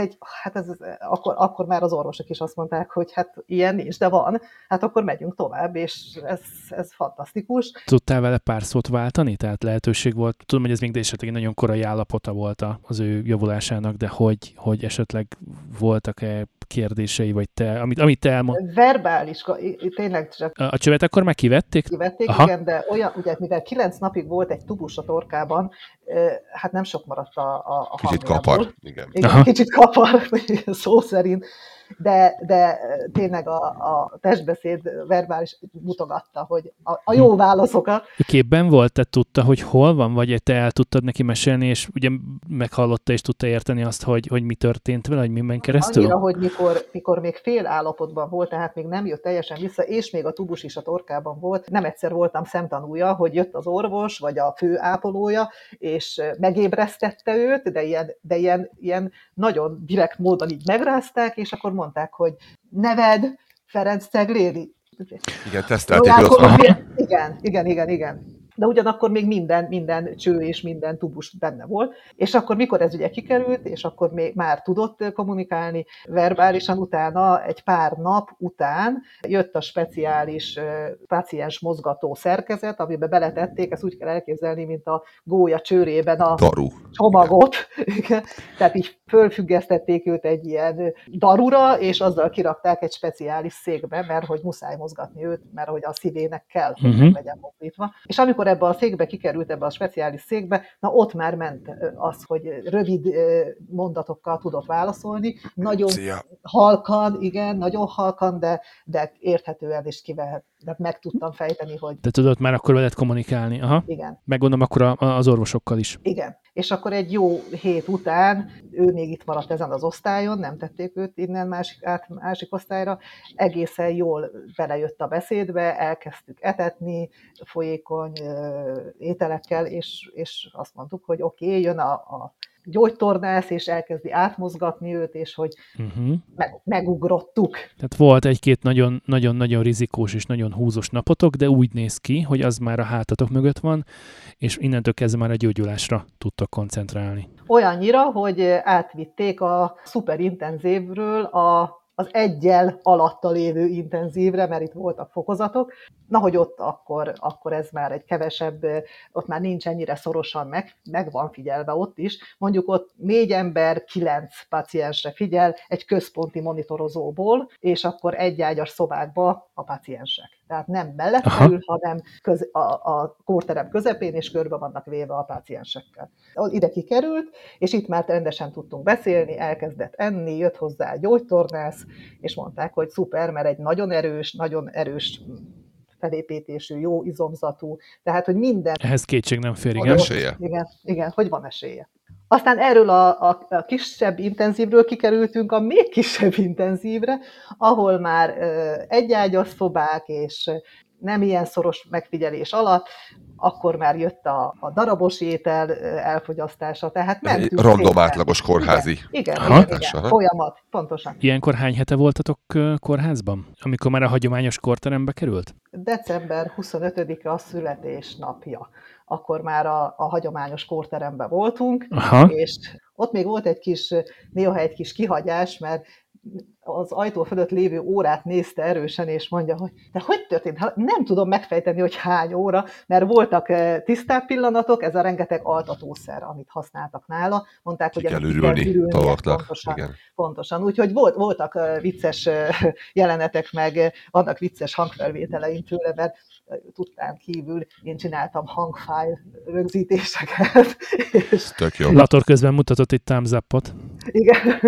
akkor már az orvosok is azt mondták, hogy hát ilyen nincs, de van, hát akkor megyünk tovább, és ez fantasztikus. Tudtál vele pár szót váltani? Tehát lehetőség volt, tudom, hogy ez még esetleg egy nagyon korai állapota volt az ő javulásának, de hogy esetleg voltak-e kérdései, vagy te, amit te elmondtál? Verbális, tényleg csak... A csövet akkor már kivették? Kivették, igen, de olyan, ugye, mivel 9 napig volt egy tubus a torkában, hát nem sok maradt a kicsit hangjából. kapar, igen. Kicsit kapar, szó szerint, de tényleg a testbeszéd verbális mutogatta, hogy a jó válaszokat. Képben volt, te tudta, hogy hol van, vagy te el tudtad neki mesélni, és ugye meghallotta, és tudta érteni azt, hogy mi történt vele, hogy miben keresztül? Annyira, hogy mikor még fél állapotban volt, tehát még nem jött teljesen vissza, és még a tubus is a torkában volt, nem egyszer voltam szemtanúja, hogy jött az orvos, vagy a főápolója, és megébresztette őt, de ilyen nagyon direkt módon így megrázták, és akkor mondták, hogy neved Ferenc Ceglédi. Igen, tesztelték, hogy ott van. Igen. De ugyanakkor még minden cső és minden tubus benne volt, és akkor mikor ez ugye kikerült, és akkor még már tudott kommunikálni verbálisan, utána egy pár nap után jött a speciális páciens mozgató szerkezet, amiben beletették, ezt úgy kell elképzelni, mint a gólya csőrében a csomagot. Tehát így fölfüggesztették őt egy ilyen darura, és azzal kirakták egy speciális székbe, mert hogy muszáj mozgatni őt, mert hogy a szívének kell, hogy meg legyen mozdítva. És amikor ebbe a székbe kikerült, ebbe a speciális székbe, na ott már ment az, hogy rövid mondatokkal tudott válaszolni. Nagyon halkan, igen, nagyon halkan, de érthetően is kivehet. De meg tudtam fejteni, hogy... Te tudod már akkor veled kommunikálni. Aha. Igen. Meggondolom akkor az orvosokkal is. Igen. És akkor egy jó hét után ő még itt maradt ezen az osztályon, nem tették őt innen másik osztályra, egészen jól belejött a beszédbe, elkezdtük etetni folyékony ételekkel, és azt mondtuk, hogy oké, jön a gyógytornász, és elkezdi átmozgatni őt, és hogy megugrottuk. Tehát volt egy-két nagyon-nagyon rizikós és nagyon húzós napotok, de úgy néz ki, hogy az már a hátatok mögött van, és innentől kezdve már a gyógyulásra tudtak koncentrálni. Olyannyira, hogy átvitték a szuperintenzívről a az eggyel alatta lévő intenzívre, mert itt voltak fokozatok. Na, hogy ott akkor ez már egy kevesebb, ott már nincs ennyire szorosan meg van figyelve ott is. Mondjuk ott 4 ember 9 páciensre figyel egy központi monitorozóból, és akkor egy ágyas szobákba a páciensek. Tehát nem mellett ül, hanem a kórterem közepén, és körbe vannak véve a páciensekkel. Ide kikerült, és itt már rendesen tudtunk beszélni, elkezdett enni, jött hozzá a gyógytornász, és mondták, hogy szuper, mert egy nagyon erős felépítésű, jó izomzatú, tehát, hogy minden... Ehhez kétség nem fér, igen. Esélye. Igen, hogy van esélye. Aztán erről a kisebb intenzívről kikerültünk a még kisebb intenzívre, ahol már egyágyas szobák, és nem ilyen szoros megfigyelés alatt, akkor már jött a darabos étel elfogyasztása, tehát mentünk. Random átlagos kórházi. Igen, folyamat, pontosan. Ilyenkor hány hete voltatok kórházban, amikor már a hagyományos kórterembe került? December 25-e a születésnapja. Akkor már a hagyományos kórteremben voltunk, és ott még volt néha egy kis kihagyás, mert az ajtó fölött lévő órát nézte erősen, és mondja, hogy de hogy történt? Nem tudom megfejteni, hogy hány óra, mert voltak tisztább pillanatok, ez a rengeteg altatószer, amit használtak nála. Mondták, hogy kell ürülni. Pontosan. Úgyhogy voltak vicces jelenetek, meg vannak vicces hangfelvételeim tőle, mert tudtán kívül én csináltam hangfájl rögzítéseket. Tök jó. Lator közben mutatott egy thumbs up-ot. Igen,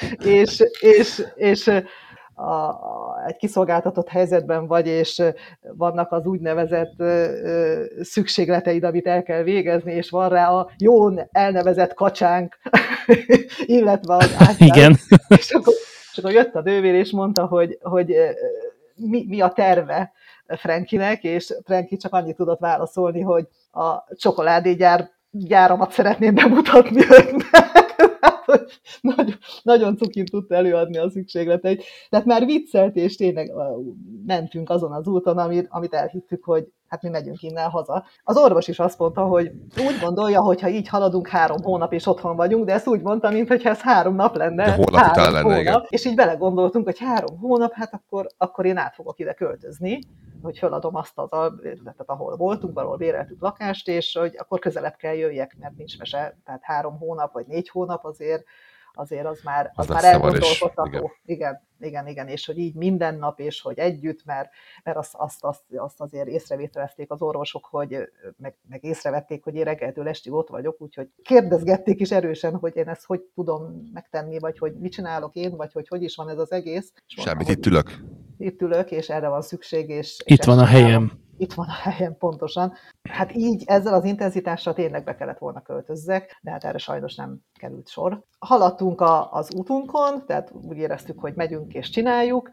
és egy kiszolgáltatott helyzetben vagy, és vannak az úgynevezett szükségleteid, amit el kell végezni, és van rá a jó elnevezett kacsánk, illetve az ágytár. Igen. És akkor jött a nővér, és mondta, hogy mi a terve Frankinek, és Franki csak annyit tudott válaszolni, hogy a csokoládégyáramat szeretném bemutatni önnek. Nagyon cukin tudta előadni a szükségleteit. Tehát már viccelt, és tényleg mentünk azon az úton, amit elhittük, hogy hát mi megyünk innen haza. Az orvos is azt mondta, hogy úgy gondolja, hogy ha így haladunk 3 hónap és otthon vagyunk, de ezt úgy mondta, mintha ez 3 nap lenne. De holnap után lenne, igen. És így belegondoltunk, hogy 3 hónap, hát akkor én át fogok ide költözni, hogy feladom azt az albérletet, ahol voltunk, ahol béreltük lakást, és hogy akkor közelebb kell jöjjek, mert nincs mese, tehát 3 hónap vagy 4 hónap azért az már elgondolkodható. Igen, és hogy így minden nap, és hogy együtt, mert azt azért észrevételezték az orvosok, hogy meg észrevették, hogy én reggeltől estig ott vagyok, úgyhogy kérdezgették is erősen, hogy én ezt hogy tudom megtenni, vagy hogy mit csinálok én, vagy hogy is van ez az egész. Semmit, itt ülök. Itt ülök, és erre van szükség. És itt van a helyem. Itt van a helyem, pontosan. Hát így ezzel az intenzitással tényleg be kellett volna költözzek, de hát erre sajnos nem került sor. Haladtunk az útunkon, tehát úgy éreztük, hogy megyünk és csináljuk,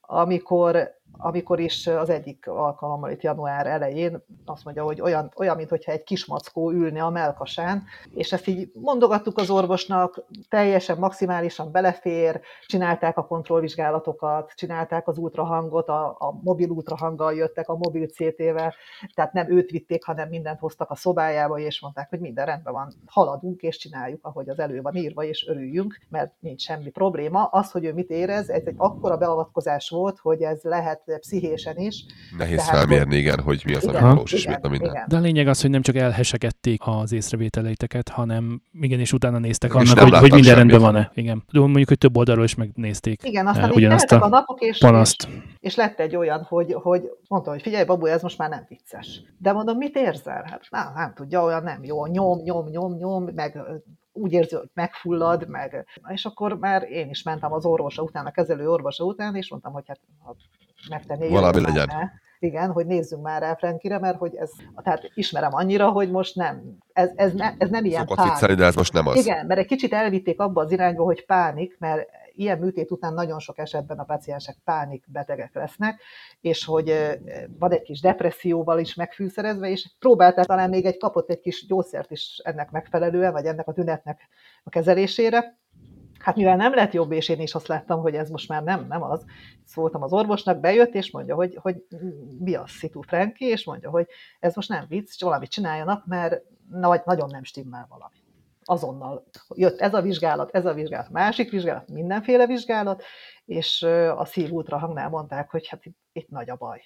amikor is az egyik alkalommal itt január elején azt mondja, hogy olyan mintha egy kismackó ülne a melkasán, és ezt így mondogattuk az orvosnak, teljesen maximálisan belefér, csinálták a kontrollvizsgálatokat, csinálták az ultrahangot, a mobil ultrahanggal jöttek, a mobil CT-vel, tehát nem őt vitték, hanem mindent hoztak a szobájába, és mondták, hogy minden rendben van, haladunk és csináljuk, ahogy az elő van írva, és örüljünk, mert nincs semmi probléma. Az, hogy ő mit érez, ez egy akkora beavatkozás volt, hogy ez lehet pszichésen is. Nehéz felmérni, igen, hogy mi az, ami valós, és mit a minden. De a lényeg az, hogy nem csak elhesegették az észrevételeiteket, hanem igenis utána néztek annak, hogy minden rendben van-e. Igen. Mondjuk, hogy több oldalról is megnézték. Igen, aztán ugyanazt a napok, és lett egy olyan, hogy mondtam, hogy figyelj, babu, ez most már nem vicces. De mondom, mit érzel? Hát nem tudja, olyan nem jó. Nyom, meg úgy érzi, hogy megfullad, és akkor már én is mentem az orvosa után, a kezelő orvosa után, és mondtam, hogy hát megtenni. Valami legyen. Igen, hogy nézzünk már rá Frankire, mert hogy tehát ismerem annyira, hogy most nem, ez nem ilyen pánik. Viccelni, de ez most nem az. Igen, mert egy kicsit elvitték abba az irányba, hogy pánik, mert ilyen műtét után nagyon sok esetben a paciensek pánikbetegek lesznek, és hogy van egy kis depresszióval is megfűszerezve, és próbálták talán még kapott egy kis gyógyszert is ennek megfelelően, vagy ennek a tünetnek a kezelésére. Hát mivel nem lett jobb, és én is azt láttam, hogy ez most már nem az. Szóltam az orvosnak, bejött, és mondja, hogy mi a szitu, Franki, és mondja, hogy ez most nem vicc, valamit csináljanak, mert nagyon nem stimmel valami. azonnal jött ez a vizsgálat, másik vizsgálat, mindenféle vizsgálat, és a szív ultrahangnál mondták, hogy hát itt nagy a baj.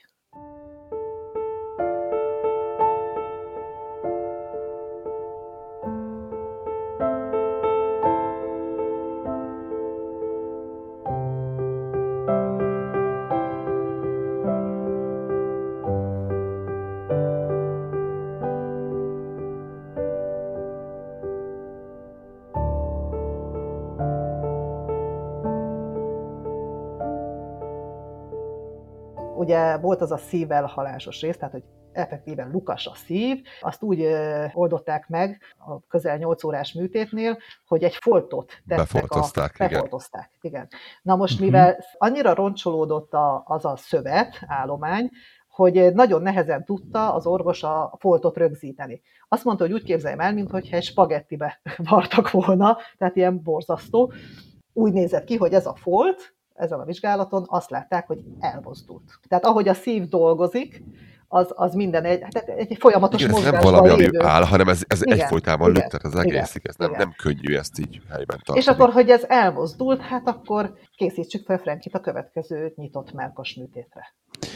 Ugye volt az a szívelhalásos rész, tehát hogy effektíven lukas a szív, azt úgy oldották meg a közel 8 órás műtétnél, hogy egy foltot tettek. Befoltozták, igen. Na most, mivel annyira roncsolódott az a állomány, hogy nagyon nehezen tudta az orvos a foltot rögzíteni. Azt mondta, hogy úgy képzeljem el, mintha egy spagettibe vartak volna, tehát ilyen borzasztó. Úgy nézett ki, hogy ez a folt, ezen a vizsgálaton azt látták, hogy elmozdult. Tehát ahogy a szív dolgozik, az minden egy folyamatos mozgásban lévő. Ez nem valami, lévő. ami áll, hanem ez egyfolytában lüktet az egész. Ez nem könnyű ezt így helyben tartani. És akkor, hogy ez elmozdult, hát akkor készítsük fel Frankit a következő nyitott mellkas műtétre.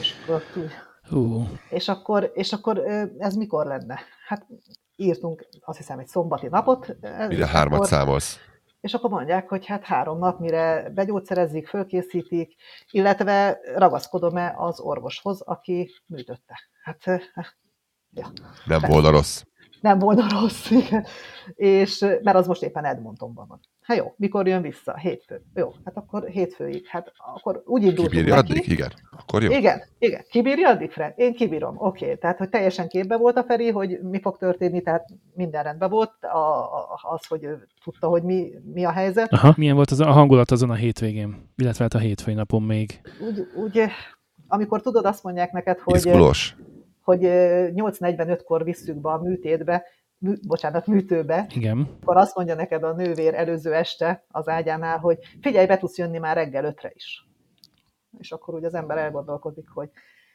És akkor ez mikor lenne? Hát írtunk, azt hiszem, egy szombati napot. Mire 3-at számolsz? És akkor mondják, hogy hát 3 nap, mire begyógyszerezik, fölkészítik, illetve ragaszkodom-e az orvoshoz, aki műtötte. Hát, ja. Nem volna rossz. Nem volna rossz, igen. És, mert az most éppen Edmontonban van. Hát jó, mikor jön vissza? Hétfő. Jó, hát akkor hétfőig. Hát akkor úgy indultunk neki. Kibírja addig? Igen. Akkor jó. Igen. Kibírja addig, Fred? Én kibírom. Oké. Tehát, hogy teljesen képbe volt a Feri, hogy mi fog történni, tehát minden rendben volt. Az, hogy ő tudta, hogy mi a helyzet. Aha. Milyen volt a hangulat azon a hétvégén? Illetve hát a hétfői napon még? Úgy, amikor tudod, azt mondják neked, hogy... Izgulós. Hogy 8:45-kor visszük be a műtétbe, műtőbe, igen. Akkor azt mondja neked a nővér előző este az ágyánál, hogy figyelj, be tudsz jönni már reggel 5-re is. És akkor úgy az ember elgondolkodik, hogy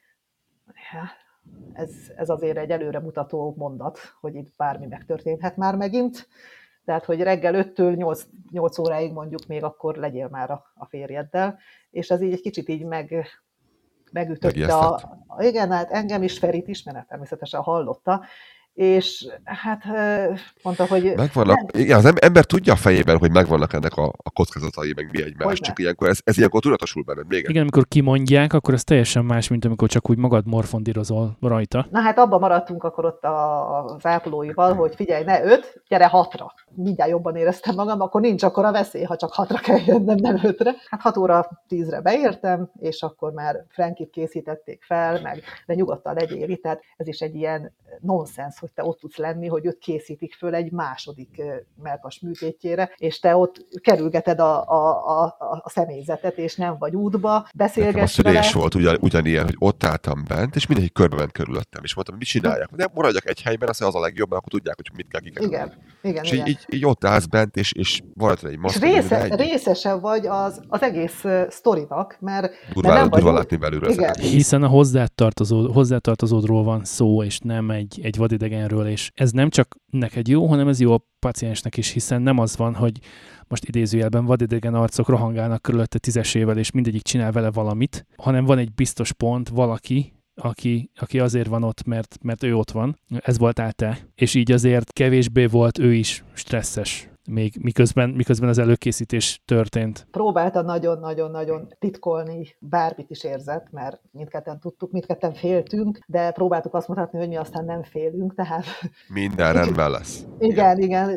ez azért egy előremutató mondat, hogy itt bármi megtörténhet már megint. Tehát, hogy reggel 5-től 8 óráig mondjuk még akkor legyél már a férjeddel. És ez így egy kicsit így megütötte igen, hát engem is, Ferit is, mert természetesen hallotta, és hát mondta, hogy... Igen, az ember tudja a fejében, hogy megvannak ennek a kockázatai, meg mi egymás, csak ilyenkor ez ilyenkor tudatosul benned még. Igen, amikor kimondják, akkor ez teljesen más, mint amikor csak úgy magad morfondírozol rajta. Na hát abban maradtunk akkor ott az ápolóival, hogy figyelj, ne 5, gyere 6-ra. Mindjárt jobban éreztem magam, akkor nincs akkora veszély, ha csak 6-ra kell jönnöm, nem 5-re. Hát 6 óra 10-re beértem, és akkor már Frankit készítették fel, meg de nyugodtan legyél itt, tehát ez is egy ilyen nonsens, hogy te ott tudsz lenni, hogy őt készítik föl egy második mellkas műtétjére, és te ott kerülgeted a személyzetet, és nem vagy útba, beszélgetsz vele. A szülés volt ugyanilyen, hogy ott álltam bent, és mindenki körbe ment körülöttem, és mondtam, mit csinálják? De maradjak egy helyben, az a legjobb, mert akkor tudják, hogy mit kell kikerülni. Igen. És így ott állsz bent, és valahogy egy maszk. Részese vagy az egész sztorinak, mert durva látni belülről. Hiszen a hozzátartozódról van szó, és nem egy vadidegenről, és ez nem csak neked jó, hanem ez jó a paciensnek is, hiszen nem az van, hogy most idézőjelben vadidegen arcok rohangálnak körülötte 10-esével, és mindegyik csinál vele valamit, hanem van egy biztos pont, valaki, aki azért van ott, mert ő ott van. Ez voltál te. És így azért kevésbé volt ő is stresszes, még miközben az előkészítés történt. Próbálta nagyon-nagyon-nagyon titkolni, bármit is érzett, mert mindketten tudtuk, mindketten féltünk, de próbáltuk azt mutatni, hogy mi aztán nem félünk, tehát... Minden rendben lesz. Igen.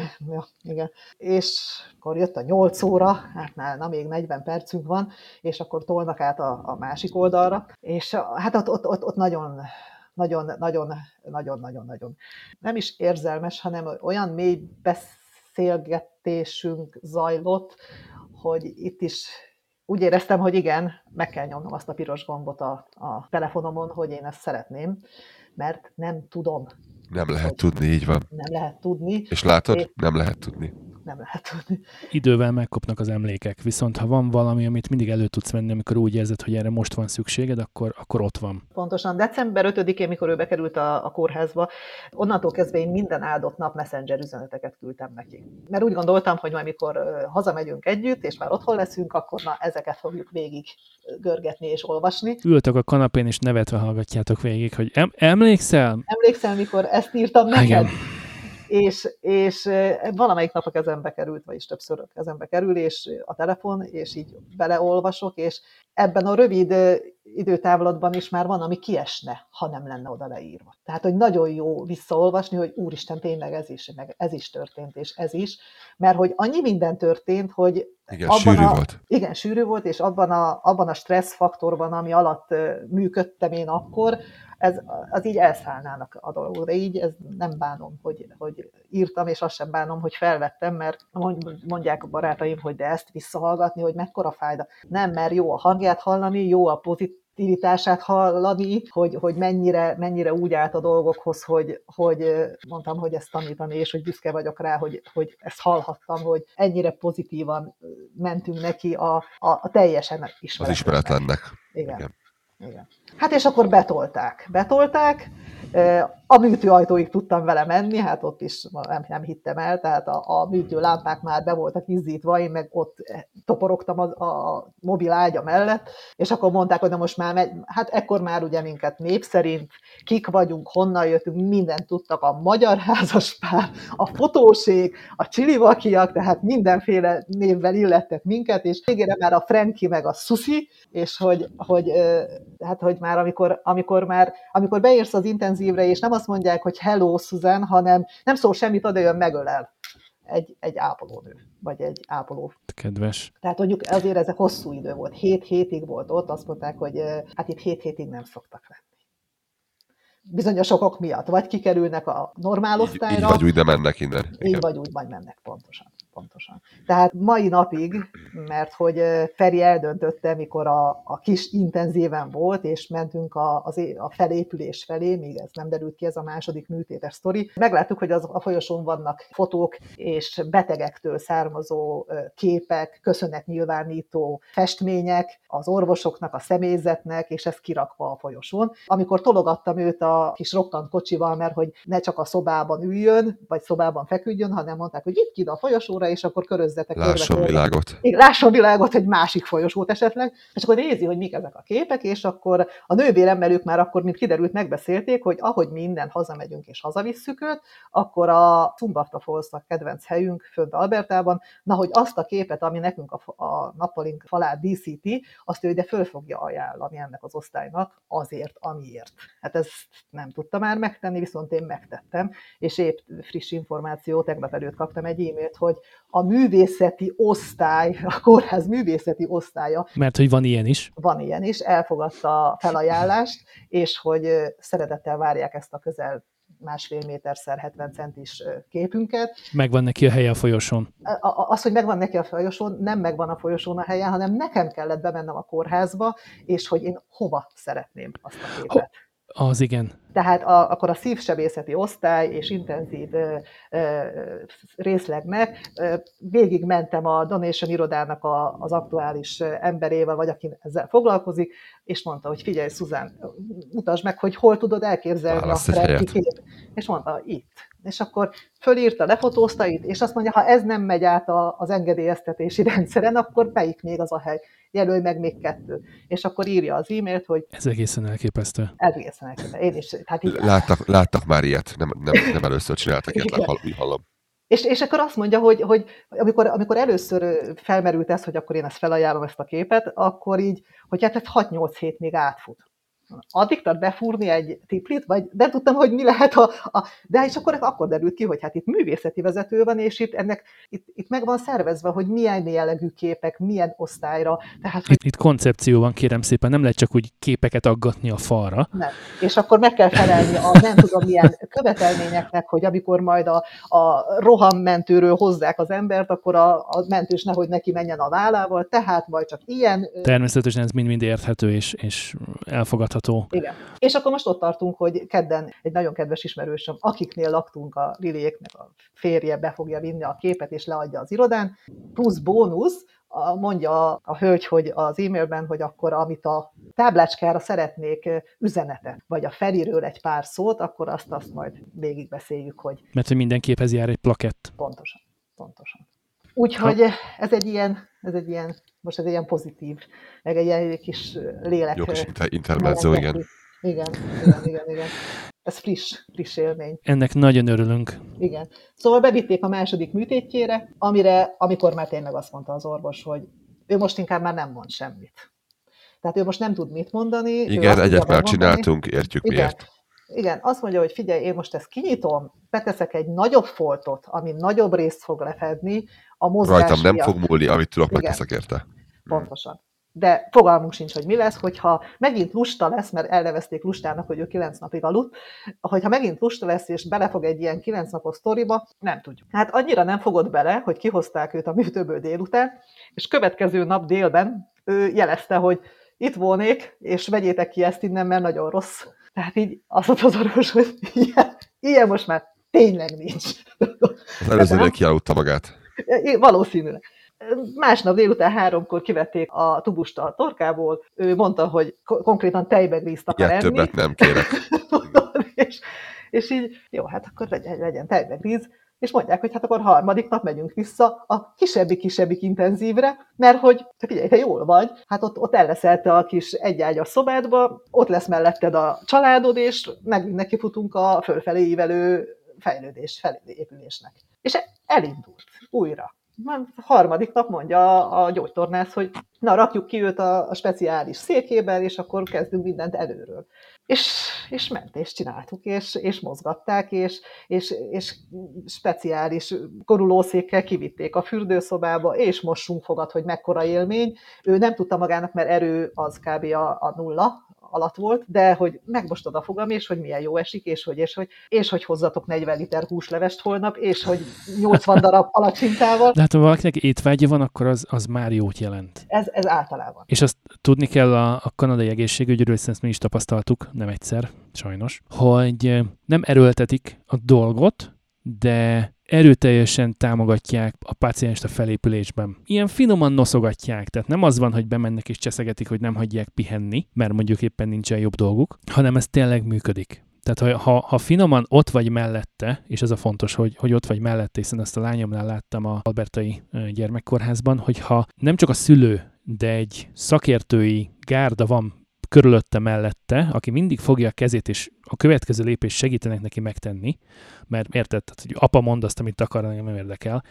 És akkor jött a 8 óra, hát még 40 percünk van, és akkor tolnak át a másik oldalra, és hát ott nagyon nem is érzelmes, hanem olyan mély beszélgetésünk zajlott, hogy itt is úgy éreztem, hogy igen, meg kell nyomnom azt a piros gombot a telefonomon, hogy én ezt szeretném, mert nem tudom. Nem lehet tudni, így van. Nem lehet tudni. És látod? Nem lehet tudni. nem lehet tudni. Idővel megkopnak az emlékek, viszont ha van valami, amit mindig elő tudsz venni, amikor úgy érzed, hogy erre most van szükséged, akkor ott van. Pontosan. December 5-én, mikor ő bekerült a kórházba, onnantól kezdve én minden áldott nap Messenger üzeneteket küldtem neki. Mert úgy gondoltam, hogy majd mikor hazamegyünk együtt, és már otthon leszünk, akkor na, ezeket fogjuk végig görgetni és olvasni. Ültök a kanapén, és nevetve hallgatjátok végig, hogy emlékszel? Emlékszel, mikor ezt írtam neked? Igen. És valamelyik nap a kezembe került, vagyis többször a kezembe kerül, és a telefon, és így beleolvasok, és ebben a rövid időtávlatban is már van, ami kiesne, ha nem lenne oda leírva. Tehát, hogy nagyon jó visszaolvasni, hogy úristen, tényleg ez is történt, és ez is, mert hogy annyi minden történt, hogy igen, sűrű volt. Igen, sűrű volt, és abban a stressz faktorban, ami alatt működtem én akkor, az így elszállnának a dolgok, de így ez nem bánom, hogy írtam, és azt sem bánom, hogy felvettem, mert mondják a barátaim, hogy de ezt visszahallgatni, hogy mekkora fájda. Nem, mert jó a hangját hallani, jó a pozitivitását hallani, hogy mennyire úgy állt a dolgokhoz, hogy mondtam, hogy ezt tanítani, és hogy büszke vagyok rá, hogy ezt hallhattam, hogy ennyire pozitívan mentünk neki a teljesen ismeretlennek. Az ismeretlennek. Igen. Igen. Hát és akkor betolták, a műtőajtóig tudtam vele menni, hát ott is nem hittem el, tehát a műtőlámpák már be voltak izzítva, én meg ott toporogtam a mobil ágya mellett, és akkor mondták, hogy na most már hát ekkor már ugye minket név szerint, kik vagyunk, honnan jöttünk, mindent tudtak, a magyar házaspár, a fotóség, a csilivakiak, tehát mindenféle névvel illettek minket, és végére már a Franki meg a Susi, és hogy már amikor beérsz az intenzívre, és nem azt mondják, hogy hello, Susan, hanem nem szól semmit, oda jön, megölel egy ápolónő, vagy egy ápoló. Kedves. Tehát mondjuk azért ez hosszú idő volt. 7 hétig volt ott, azt mondták, hogy hát itt 7 hétig nem szoktak lenni. Bizonyos okok miatt. Vagy kikerülnek a normál osztályra. Így vagy úgy, de mennek innen. Így vagy úgy, majd mennek, pontosan. Tehát mai napig, mert hogy Feri eldöntötte, mikor a kis intenzíven volt, és mentünk a felépülés felé, még ez nem derült ki, ez a második műtétes sztori. Megláttuk, hogy a folyosón vannak fotók és betegektől származó képek, köszönetnyilvánító festmények az orvosoknak, a személyzetnek, és ez kirakva a folyosón. Amikor tologattam őt a kis rokkant kocsival, mert hogy ne csak a szobában üljön, vagy szobában feküdjön, hanem mondták, hogy itt ki a folyosóra, és akkor körözzetek. Lásson világot. Lásson világot, egy másik folyosót esetleg, és akkor nézi, hogy mik ezek a képek, és akkor a nővéremmel ők már akkor, mint kiderült, megbeszélték, hogy ahogy minden hazamegyünk és hazavisszük őt, akkor a Szumbathta Falls a kedvenc helyünk fönt Albertában, na, hogy azt a képet, ami nekünk a nappalink falát díszíti, azt ő ide föl fogja ajánlani ennek az osztálynak azért, amiért. Hát ezt nem tudta már megtenni, viszont én megtettem, és épp friss információ, tegnap előtt kaptam egy e-mailt, hogy a művészeti osztály, a kórház művészeti osztálya. Mert hogy van ilyen is. Van ilyen is, elfogadta a felajánlást, és hogy szeretettel várják ezt a közel 1,5 méterszer 70 centis képünket. Megvan neki a helye a folyosón. Az, hogy megvan neki a folyosón, nem megvan a folyosón a helye, hanem nekem kellett bemennem a kórházba, és hogy én hova szeretném azt a képet. Az igen. Tehát akkor a szívsebészeti osztály és intenzív részlegnek végig mentem a Donation irodának az aktuális emberével, vagy aki ezzel foglalkozik, és mondta, hogy figyelj, Susan, mutasd meg, hogy hol tudod elképzelni a Franki kép. És mondta, itt. És akkor fölírta, lefotózta itt, és azt mondja, ha ez nem megy át az engedélyeztetési rendszeren, akkor melyik még az a hely? Jelölj meg még 2. És akkor írja az e-mailt, hogy... Ez egészen elképesztő. Egészen elképesztő. Én is. Tehát így... Láttak már ilyet, nem először csináltak ilyet, úgy hallom. És akkor azt mondja, hogy amikor először felmerült ez, hogy akkor én ezt felajánlom, ezt a képet, akkor így, hogy hát 6-8 hét még átfut. Addig tart befúrni egy tiplit, vagy nem tudtam, hogy mi lehet de és akkor derült ki, hogy hát itt művészeti vezető van, és itt meg van szervezve, hogy milyen jellegű képek, milyen osztályra. Tehát, itt koncepció van, kérem szépen, nem lehet csak úgy képeket aggatni a falra. Nem. És akkor meg kell felelni a nem tudom milyen követelményeknek, hogy amikor majd a rohammentőről hozzák az embert, akkor a mentős nehogy neki menjen a vállával, tehát majd csak ilyen... Természetesen ez mind-mind érthető és elfogadható megoldható. Igen. És akkor most ott tartunk, hogy kedden egy nagyon kedves ismerősöm, akiknél laktunk a Liliéknek, a férje be fogja vinni a képet, és leadja az irodán, plusz bónusz, mondja a hölgy, hogy az e-mailben, hogy akkor amit a táblácskára szeretnék üzenetet, vagy a Feriről egy pár szót, akkor azt majd végigbeszéljük, hogy... Mert hogy minden képhez jár egy plakett. Pontosan. Úgyhogy ez egy ilyen, most ez egy ilyen pozitív, meg egy ilyen kis lélek. Jó kis intermezzo, igen. Igen. Ez friss élmény. Ennek nagyon örülünk. Igen. Szóval bevitték a második műtétjére, amikor már tényleg azt mondta az orvos, hogy ő most inkább már nem mond semmit. Tehát ő most nem tud mit mondani. Igen, egyet már csináltunk, értjük miért. Igen, azt mondja, hogy figyelj, én most ezt kinyitom, beteszek egy nagyobb foltot, ami nagyobb részt fog lefedni, a mozgás rajtam nem miatt. Fog múlni, amit tudok, megteszek érte. Pontosan. De fogalmunk sincs, hogy mi lesz, hogyha megint lusta lesz, mert elnevezték lustának, hogy ő 9 napig aludt, hogyha megint lusta lesz, és belefog egy ilyen 9 napos sztoriba, nem tudjuk. Hát annyira nem fogott bele, hogy kihozták őt a műtőből délután, és következő nap délben ő jelezte, hogy itt volnék, és vegyétek ki ezt innen, mert nagyon rossz. Tehát így azt mondta az orvos, hogy ilyen most már tényleg nincs. Az előzőnek kialudta magát. Valószínűleg. Másnap délután 3-kor kivették a tubust a torkából, ő mondta, hogy konkrétan tejbegrízt akar enni. Többet nem kérek. és így, jó, hát akkor legyen tejbegríz, és mondják, hogy hát akkor harmadik nap megyünk vissza a kisebbik intenzívre, mert hogy, figyelj, te jól vagy, hát ott elleszelte a kis egyágyas szobádba, ott lesz melletted a családod, és megint nekifutunk a fölfelé ívelő épülésnek. És elindult újra. Már harmadik nap mondja a gyógytornász, hogy na, rakjuk ki őt a speciális székében, és akkor kezdünk mindent előről. És ment, és csináltuk, és mozgatták, és speciális korulószékkel kivitték a fürdőszobába, és mossunk fogad, hogy mekkora élmény. Ő nem tudta magának, mert erő az kb. A nulla alatt volt, de hogy megmostad a fogam, és hogy milyen jó esik, és hogy hozzatok 40 liter húslevest holnap, és hogy 80 darab palacsintával. De hát ha valakinek étvágya van, akkor az már jót jelent. Ez általában. És azt tudni kell a kanadai egészségügyről, hiszen ezt mi is tapasztaltuk, nem egyszer, sajnos, hogy nem erőltetik a dolgot, de erőteljesen támogatják a pácienst a felépülésben. Ilyen finoman noszogatják, tehát nem az van, hogy bemennek és cseszegetik, hogy nem hagyják pihenni, mert mondjuk éppen nincsen jobb dolguk, hanem ez tényleg működik. Tehát ha finoman ott vagy mellette, és ez a fontos, hogy ott vagy mellette, hiszen ezt a lányomnál láttam a Albertai gyermekkórházban, hogyha nem csak a szülő, de egy szakértői gárda van körülötte mellette, aki mindig fogja a kezét, és a következő lépés segítenek neki megtenni, mert érted, hogy apa mond azt, amit akar, nem érdekel,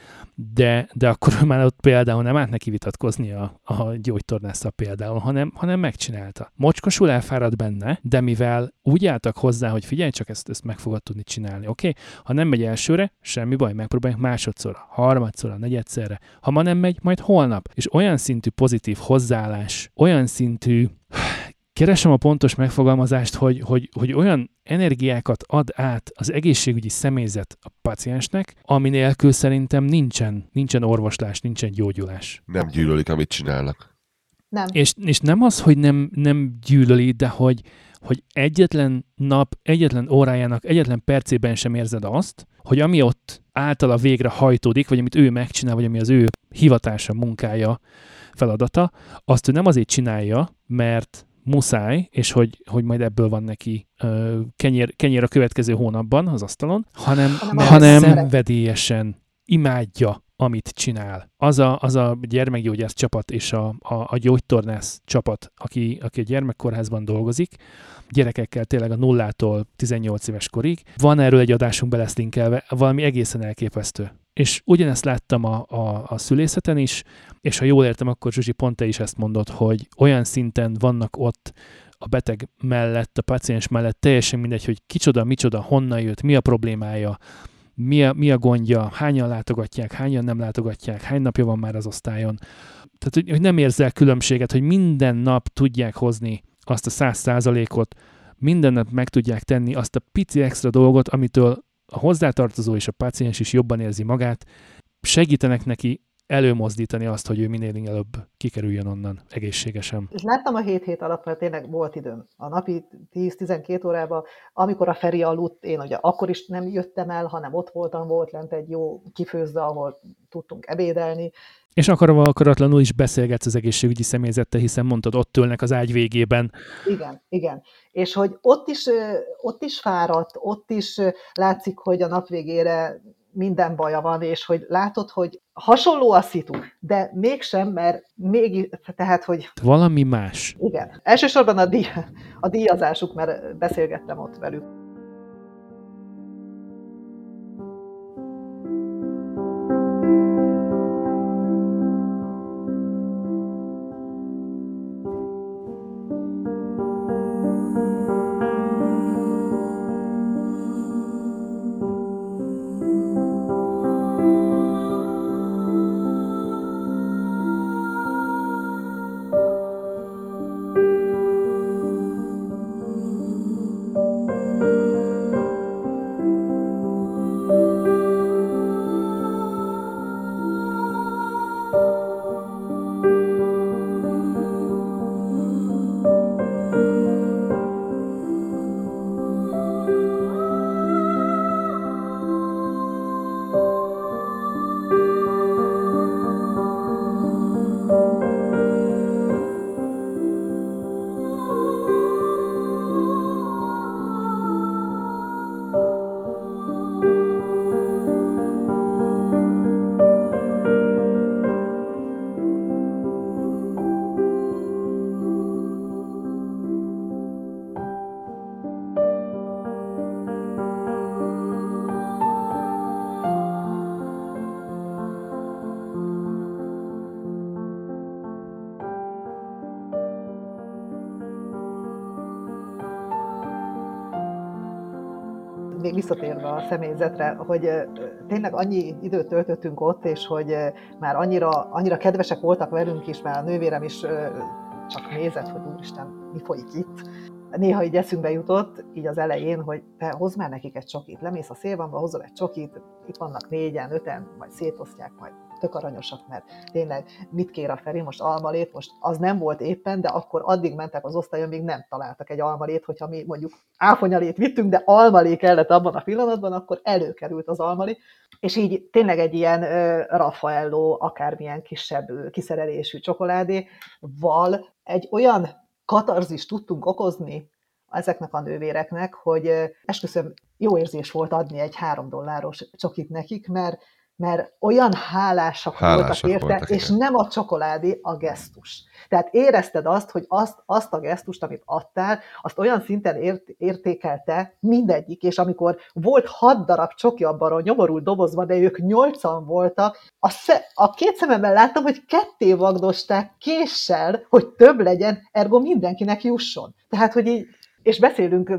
de akkor már ott például nem állt neki vitatkozni a gyógytornásszal például, hanem megcsinálta. Mocskosul elfárad benne, de mivel úgy álltak hozzá, hogy figyelj csak, ezt meg fogod tudni csinálni, oké? Ha nem megy elsőre, semmi baj, megpróbáljuk másodszorra, harmadszorra, negyedszerre. Ha ma nem megy, majd holnap. És olyan szintű pozitív hozzáállás, olyan szintű keresem a pontos megfogalmazást, hogy olyan energiákat ad át az egészségügyi személyzet a paciensnek, ami nélkül szerintem nincsen orvoslás, nincsen gyógyulás. Nem gyűlölik, amit csinálnak. Nem. És nem az, hogy nem gyűlöli, de hogy egyetlen nap, egyetlen órájának, egyetlen percében sem érzed azt, hogy ami ott általa végre hajtódik, vagy amit ő megcsinál, vagy ami az ő hivatása, munkája, feladata, azt ő nem azért csinálja, mert muszáj, és hogy majd ebből van neki kenyér a következő hónapban az asztalon, hanem szenvedélyesen imádja, amit csinál. Az a gyermekgyógyász csapat és a gyógytornász csapat, aki a gyermekkórházban dolgozik, gyerekekkel tényleg a 0-tól 18 éves korig. Van erről egy adásunk, be lesz linkelve, valami egészen elképesztő. És ugyanezt láttam a szülészeten is, és ha jól értem, akkor Zsuzsi, pont te is ezt mondod, hogy olyan szinten vannak ott a beteg mellett, a paciens mellett, teljesen mindegy, hogy kicsoda, micsoda, honnan jött, mi a problémája, mi a gondja, hányan látogatják, hányan nem látogatják, hány napja van már az osztályon. Tehát, hogy nem érzel különbséget, hogy minden nap tudják hozni azt a 100%-ot, minden nap meg tudják tenni azt a pici extra dolgot, amitől a hozzátartozó és a páciens is jobban érzi magát, segítenek neki előmozdítani azt, hogy ő minél előbb kikerüljön onnan egészségesen. És láttam a 7 hét alatt, mert tényleg volt időm. A napi 10-12 órában, amikor a Feri aludt, én ugye akkor is nem jöttem el, hanem ott voltam, volt lent egy jó kifőzde, ahol tudtunk ebédelni. És akarva akaratlanul is beszélgetsz az egészségügyi személyzettel, hiszen mondtad, ott ülnek az ágy végében. Igen. És hogy ott is fáradt, ott is látszik, hogy a nap végére minden baja van, és hogy látod, hogy hasonló a szitu, de mégsem, mert tehát, hogy... Valami más. Igen. Elsősorban a díjazásuk, mert beszélgettem ott velük. Még visszatérve a személyzetre, hogy tényleg annyi időt töltöttünk ott, és hogy már annyira kedvesek voltak velünk is, már a nővérem is csak nézett, hogy úristen, mi folyik itt. Néha így eszünkbe jutott, így az elején, hogy te hozz már nekik egy csokit, lemész a szélvamba, hozol egy csokit, itt vannak 4-en, 5-en, majd szétosztják, majd tök aranyosak, mert tényleg mit kér a Feri, most almalét, most az nem volt éppen, de akkor addig mentek az osztályon, még nem találtak egy almalét, hogyha mi mondjuk áfonyalét vittünk, de almalé kellett abban a pillanatban, akkor előkerült az almalé, és így tényleg egy ilyen Raffaello, akármilyen kisebb kiszerelésű csokoládéval egy olyan katarzist tudtunk okozni ezeknek a nővéreknek, hogy esküszöm, jó érzés volt adni egy $3 csokit nekik, mert olyan hálásak voltak érte, és nem a csokoládé, a gesztus. Tehát érezted azt, hogy azt a gesztust, amit adtál, azt olyan szinten értékelte mindegyik, és amikor volt 6 darab csoki abban a nyomorult dobozban, de ők 8-an voltak, a két szememben láttam, hogy ketté vagdosták késsel, hogy több legyen, ergo mindenkinek jusson. Tehát, hogy így, és beszélünk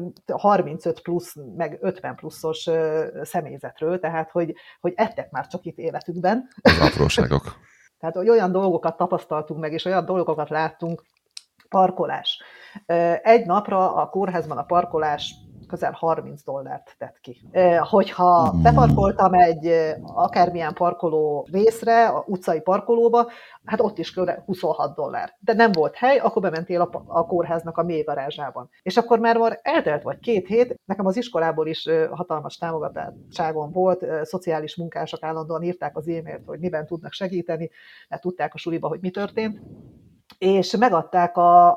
35 plusz, meg 50 pluszos személyzetről, tehát, hogy ettek már csak itt életükben. Az apróságok. Tehát, hogy olyan dolgokat tapasztaltunk meg, és olyan dolgokat láttunk. Parkolás. Egy napra a kórházban a parkolás közel $30 tett ki. Hogyha beparkoltam egy akármilyen parkoló részre, a utcai parkolóba, hát ott is kb. $26. De nem volt hely, akkor bementél a kórháznak a mély garázsában. És akkor már eltelt vagy 2 hét, nekem az iskolából is hatalmas támogatásom volt, szociális munkások állandóan írták az e-mailt, hogy miben tudnak segíteni, mert tudták a suliba, hogy mi történt. És megadták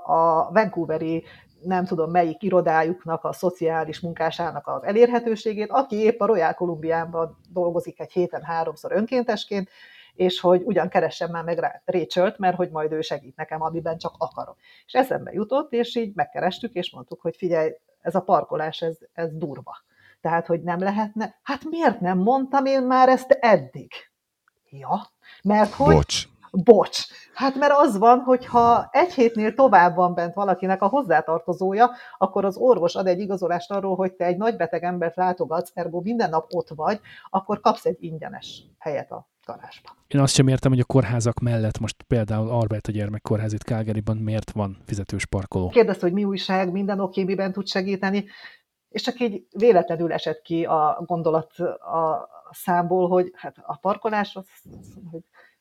a vancouveri, nem tudom melyik irodájuknak, a szociális munkásának az elérhetőségét, aki épp a Royal Columbiában dolgozik egy héten 3-szor önkéntesként, és hogy ugyan keressem már meg rá Rachelt, mert hogy majd ő segít nekem, amiben csak akarok. És eszembe jutott, és így megkerestük, és mondtuk, hogy figyelj, ez a parkolás, ez durva. Tehát, hogy nem lehetne, hát miért nem mondtam én már ezt eddig? Ja, mert hogy... Bocs. Hát mert az van, hogy ha egy hétnél tovább van bent valakinek a hozzátartozója, akkor az orvos ad egy igazolást arról, hogy te egy nagybeteg embert látogatsz, ergo minden nap ott vagy, akkor kapsz egy ingyenes helyet a garázsban. Én azt sem értem, hogy a kórházak mellett most például Alberta gyermekkórház itt Calgaryban miért van fizetős parkoló. Kérdezte, hogy mi újság, minden oké, miben tud segíteni, és csak így véletlenül esett ki a gondolat a számból, hogy hát a parkolás, hogy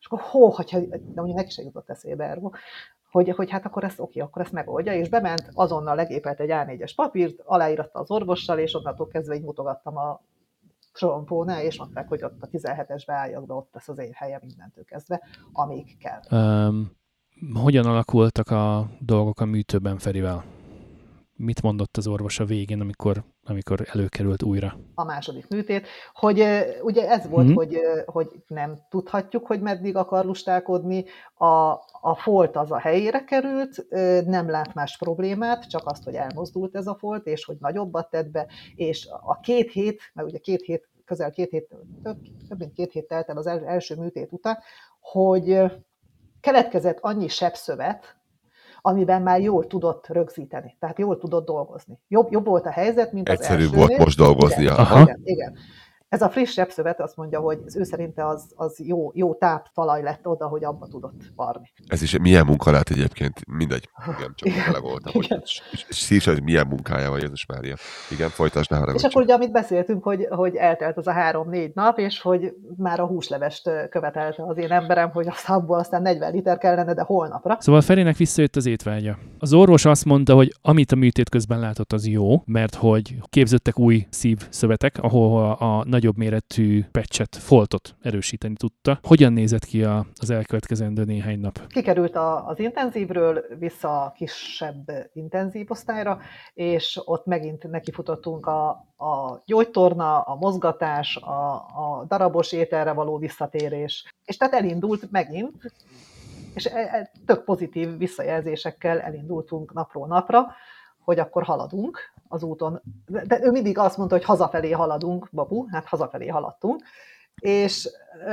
És akkor hogyha, de mondjuk neki se jutott eszébe erről, hogy hát akkor ezt oké, akkor ezt megoldja, és bement, azonnal legépelt egy A4-es papírt, aláíratta az orvossal, és onnantól kezdve így mutogattam a sorompónál, és mondták, hogy ott a 17-esbe álljak be, ott lesz az én helyem mindentől kezdve, amíg kell. Hogyan alakultak a dolgok a műtőben Ferivel? Mit mondott az orvos a végén, amikor előkerült újra? A második műtét, hogy ugye ez volt, hogy nem tudhatjuk, hogy meddig akar lustálkodni, a folt az a helyére került, nem lát más problémát, csak azt, hogy elmozdult ez a folt, és hogy nagyobbat tett be, és a 2 hét, mert ugye 2 hét, közel 2 hét, több mint 2 hét telt el az első műtét után, hogy keletkezett annyi sebszövet, amiben már jól tudott rögzíteni, tehát jól tudott dolgozni. Jobb volt a helyzet, mint egyszerű az elsőnél. volt most dolgoznia. Igen. Ez a friss sebszövet azt mondja, hogy az ő szerinte az jó táptalaj lett oda, hogy abba tudott varni. Ez is milyen munka lehet egyébként, mindegy. Igen, csak tele voltam. És szírs, hogy milyen munkája van, Jézus Mária. Igen, folytasd, ne haragudj. És akkor ugye, amit beszéltünk, hogy eltelt az a 3-4 nap, és hogy már a húslevest követelte az én emberem, hogy abból aztán 40 liter kellene, de holnapra. Szóval Ferinek visszajött az étvágya. Az orvos azt mondta, hogy amit a műtét közben látott, az jó, mert hogy képződtek új szívszövetek, ahol a nagyobb méretű patchet, foltot erősíteni tudta. Hogyan nézett ki az elkövetkezendő néhány nap? Kikerült az intenzívről vissza a kisebb intenzív osztályra, és ott megint nekifutottunk a gyógytorna, a mozgatás, a darabos ételre való visszatérés. És tehát elindult megint, és tök pozitív visszajelzésekkel elindultunk napról napra, hogy akkor haladunk az úton. De ő mindig azt mondta, hogy hazafelé haladunk, babu, hát hazafelé haladtunk. És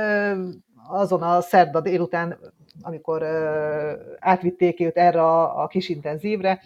azon a szerda délután, amikor átvitték őt erre a kis intenzívre,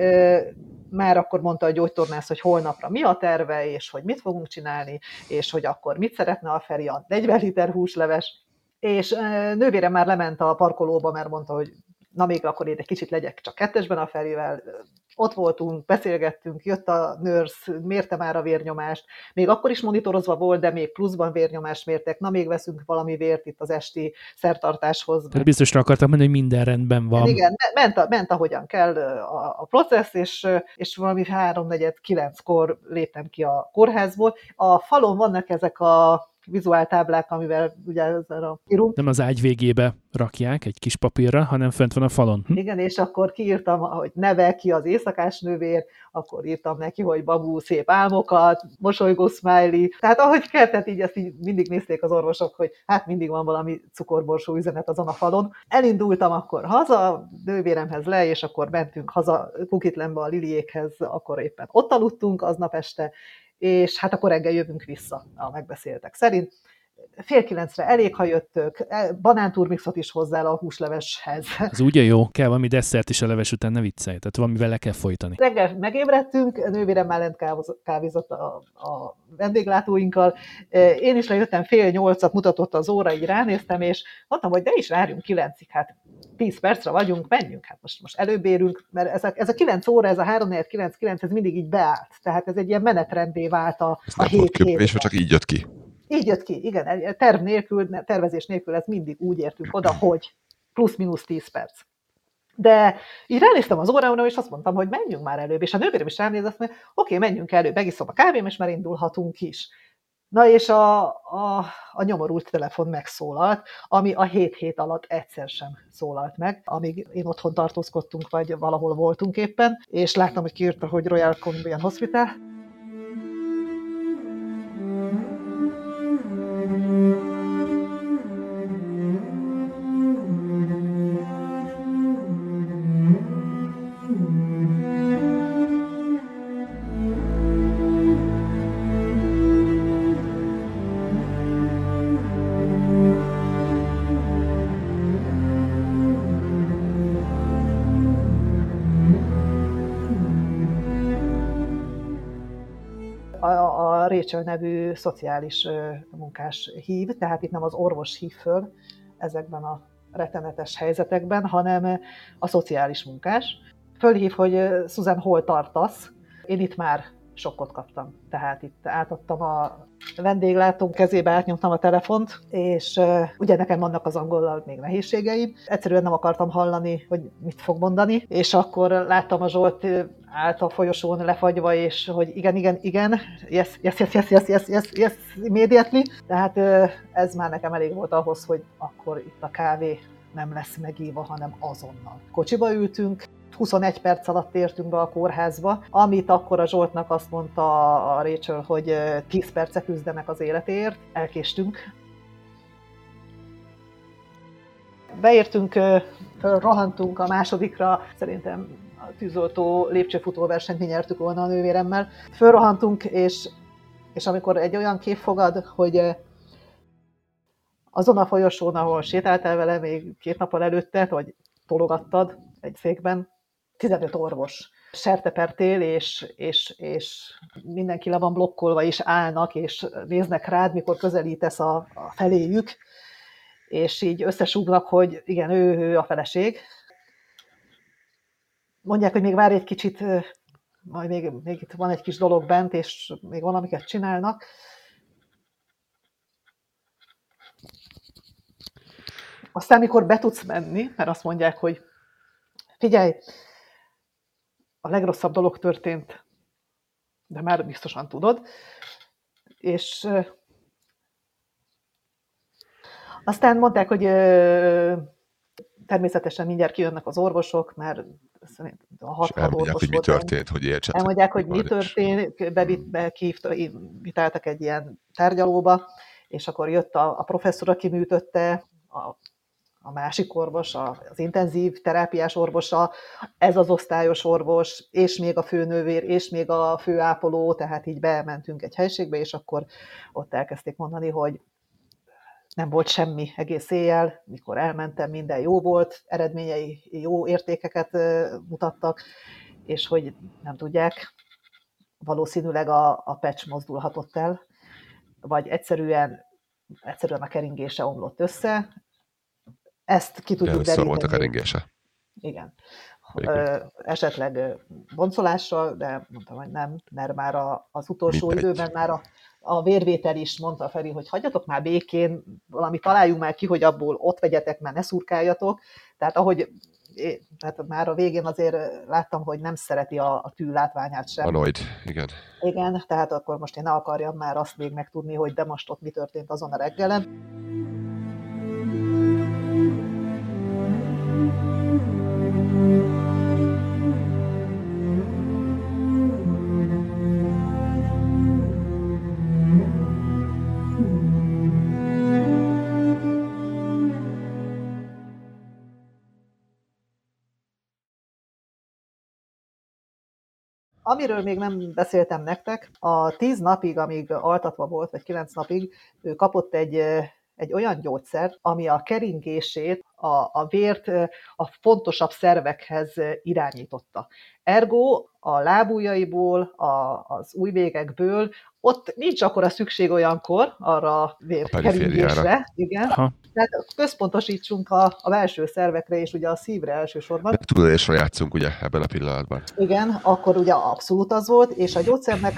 már akkor mondta a gyógytornász, hogy holnapra mi a terve, és hogy mit fogunk csinálni, és hogy akkor mit szeretne a Feri, a 40 liter húsleves. És nővérem már lement a parkolóba, mert mondta, hogy na még akkor én egy kicsit legyek csak 2-esben a Ferivel. Ott voltunk, beszélgettünk, jött a nurse, mérte már a vérnyomást, még akkor is monitorozva volt, de még pluszban vérnyomást mértek, na még veszünk valami vért itt az esti szertartáshoz. Tehát biztosra akartam mondani, hogy minden rendben van. Igen, ment ahogyan kell a processz, és valami 3-4-9-kor léptem ki a kórházból. A falon vannak ezek a vizuáltáblák, amivel ugye írunk. Nem az ágy végébe rakják egy kis papírra, hanem fent van a falon. Igen, és akkor kiírtam, hogy neve, ki az éjszakás nővér, akkor írtam neki, hogy babu, szép álmokat, mosolygó smiley. Tehát ahogy kell, tehát így ezt így mindig nézték az orvosok, hogy hát mindig van valami cukorborsó üzenet azon a falon. Elindultam akkor haza, nővéremhez le, és akkor mentünk haza Kukitlenbe a Liliékhez, akkor éppen ott aludtunk aznap este, és hát akkor reggel jövünk vissza a megbeszéltek szerint. 8:30 elég, ha jöttök, banánturmixot is hozzá a húsleveshez. Ez ugye jó, kell valami desszert is a leves után, ne viccelj, tehát valamivel le kell folytani. Reggel megébredtünk, nővérem már lent kávézott a vendéglátóinkkal, én is lejöttem 7:30, mutatott az óra, így ránéztem, és mondtam, hogy de is várjunk 9-ig, hát 10 percre vagyunk, menjünk, hát most előbb érünk, mert ez a 9 óra, ez a 3-4-9-9, ez mindig így beállt, tehát ez egy ilyen menetrendé vált a 7 hétben. És csak így jött ki. Így jött ki, igen, tervezés nélkül ez mindig úgy értünk oda, hogy plusz-minusz 10 perc. De így ránéztem az órámra, és azt mondtam, hogy menjünk már előbb, és a nővérem is ránéz, azt mondja, oké, menjünk előbb, megiszom a kávém, és már indulhatunk is. Na és a nyomorult telefon megszólalt, ami a 7 hét alatt egyszer sem szólalt meg, amíg én otthon tartózkodtunk, vagy valahol voltunk éppen, és láttam, hogy kiírta, hogy Royal Columbian Hospital. A Rachel nevű szociális munkás hív, tehát itt nem az orvos hív föl ezekben a rettenetes helyzetekben, hanem a szociális munkás. Fölhív, hogy Susan, hol tartasz? Én itt már sokkot kaptam. Tehát itt átadtam a vendéglátóm kezébe, átnyomtam a telefont, és ugye nekem vannak az angollal még nehézségeim. Egyszerűen nem akartam hallani, hogy mit fog mondani, és akkor láttam a Zsolt állt a folyosón lefagyva, és hogy igen, yes, immediately. Tehát ez már nekem elég volt ahhoz, hogy akkor itt a kávé nem lesz megívva, hanem azonnal. Kocsiba ültünk, 21 perc alatt értünk be a kórházba, amit akkor a Zsoltnak azt mondta a Rachel, hogy 10 perce küzdenek az életéért. Elkéstünk. Beértünk, rohantunk a másodikra, szerintem a tűzoltó lépcsőfutó versenyt mi nyertük volna a nővéremmel. Fölrohantunk, és amikor egy olyan kép fogad, hogy azon a folyosón, ahol sétáltál vele még 2 nappal előtte, vagy tologattad egy székben, 15 orvos sertepertél, és mindenki le van blokkolva, és állnak, és néznek rád, mikor közelítesz a feléjük, és így összesúgnak, hogy igen, ő a feleség. Mondják, hogy még várj egy kicsit, majd még itt van egy kis dolog bent, és még valamiket csinálnak. Aztán, mikor be tudsz menni, mert azt mondják, hogy figyelj, a legrosszabb dolog történt, de már biztosan tudod, és aztán mondták, hogy természetesen mindjárt kijönnek az orvosok, mert a 6 elmondják, orvos hogy mi volt. történt, hogy értsetek. Elmondják, hogy mi történt, invitáltak egy ilyen tárgyalóba, és akkor jött a professzor, aki műtötte, a másik orvos, az intenzív terápiás orvosa, ez az osztályos orvos, és még a főnővér, és még a főápoló, tehát így bementünk egy helységbe, és akkor ott elkezdték mondani, hogy nem volt semmi egész éjjel, mikor elmentem, minden jó volt, eredményei jó értékeket mutattak, és hogy nem tudják, valószínűleg a patch mozdulhatott el, vagy egyszerűen a keringése omlott össze. Ezt ki tudjuk deríteni. Volt a keringése. Igen. Esetleg boncolással, de mondtam, hogy nem, mert már az utolsó időben már a vérvétel is mondta Feri, hogy hagyjatok már békén, valami találjunk már ki, hogy abból ott vegyetek, mert ne szurkáljatok. Tehát már a végén azért láttam, hogy nem szereti a tű látványát sem. Anoid, igen. Igen, tehát akkor most én ne akarjam már azt még megtudni, hogy de most ott mi történt azon a reggelen. Amiről még nem beszéltem nektek, a 10 napig, amíg altatva volt, vagy 9 napig, ő kapott egy olyan gyógyszert, ami a keringését, a vért a fontosabb szervekhez irányította. Ergo a lábujjaiból, az újvégekből, ott nincs akkora szükség olyankor arra a vérkeringésre. Igen. Tehát központosítsunk a belső szervekre, és ugye a szívre elsősorban. Tudásra játszunk ugye ebben a pillanatban. Igen, akkor ugye abszolút az volt, és a gyógyszernek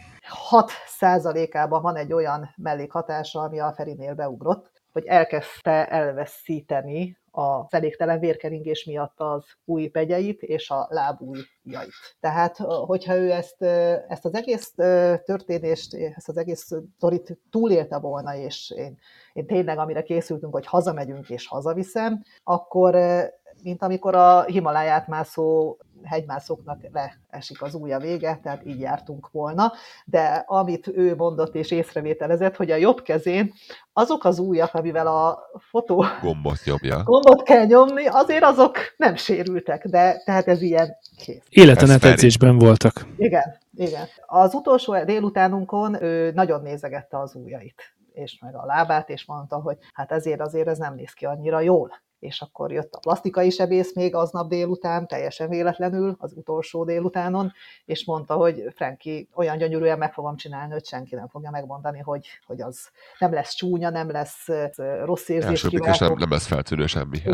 6%-ában van egy olyan mellékhatása, ami a Ferinél beugrott, hogy elkezdte elveszíteni az elégtelen vérkeringés miatt az ujjpegyeit és a lábujjait. Tehát, hogyha ő ezt az egész történést, ezt az egész sztorit túlélte volna, és én tényleg, amire készültünk, hogy hazamegyünk és hazaviszem, akkor, mint amikor a Himaláját mászó hegymászóknak leesik az ujja vége, tehát így jártunk volna, de amit ő mondott és észrevételezett, hogy a jobb kezén azok az ujjak, amivel a fotó gombot kell nyomni, azért azok nem sérültek, de tehát ez ilyen kész. Életen edzésben voltak. Igen. Az utolsó délutánunkon ő nagyon nézegette az ujjait, és meg a lábát, és mondta, hogy hát ezért azért ez nem néz ki annyira jól. És akkor jött a plastikai sebész még aznap délután, teljesen véletlenül, az utolsó délutánon, és mondta, hogy Frankie, olyan gyönyörűen meg fogom csinálni, hogy senki nem fogja megmondani, hogy az nem lesz csúnya, nem lesz rossz érzés. Elsőbbik, és nem lesz feltűnő semmi.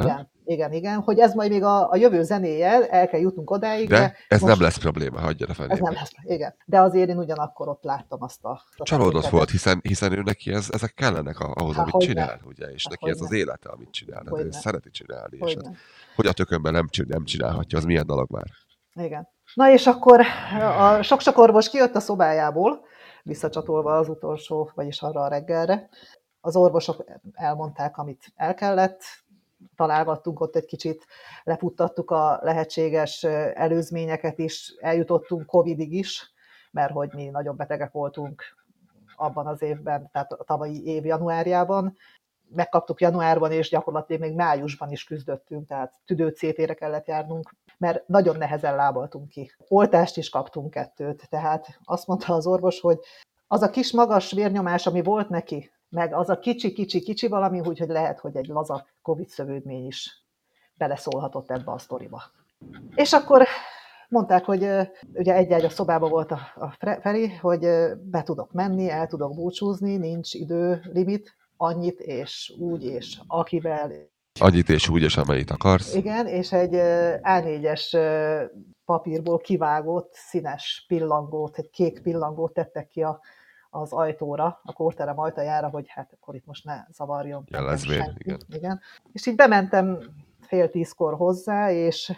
Igen, hogy ez majd még a jövő zenéje, el kell jutnunk odáig. De ez most nem lesz probléma, hagyja a fenébe. ez nem lesz, igen. De azért én ugyanakkor ott láttam azt a Csalódott volt, hiszen ő neki ezek kellenek ahhoz, amit csinál, ugye, és neki ez az élete, amit csinál, ő szereti csinálni, és hogy a tökönben nem csinálhatja, az milyen dolog már. Igen. Na és akkor a sok-sok orvos kijött a szobájából, visszacsatolva az utolsó, vagyis arra a reggelre. Az orvosok elmondták, amit el kellett, találgattunk ott egy kicsit, lefuttattuk a lehetséges előzményeket is, eljutottunk Covidig is, mert hogy mi nagyon betegek voltunk abban az évben, tehát a tavalyi év januárjában. Megkaptuk januárban, és gyakorlatilag még májusban is küzdöttünk, tehát tüdőcétére kellett járnunk, mert nagyon nehezen lábaltunk ki. Oltást is kaptunk 2, tehát azt mondta az orvos, hogy az a kis magas vérnyomás, ami volt neki, meg az a kicsi valami, úgyhogy lehet, hogy egy laza Covid szövődmény is beleszólhatott ebbe a sztoriba. És akkor mondták, hogy ugye egy a szobában volt a Feri, hogy be tudok menni, el tudok búcsúzni, nincs időlimit, annyit és úgy, és akivel. Annyit és úgy, és amennyit akarsz. Igen, és egy A4-es papírból kivágott színes pillangót, egy kék pillangót tettek ki az ajtóra, a kórterem ajtajára, hogy hát akkor itt most ne zavarjon. Jelezvény, igen. És így bementem 9:30 hozzá, és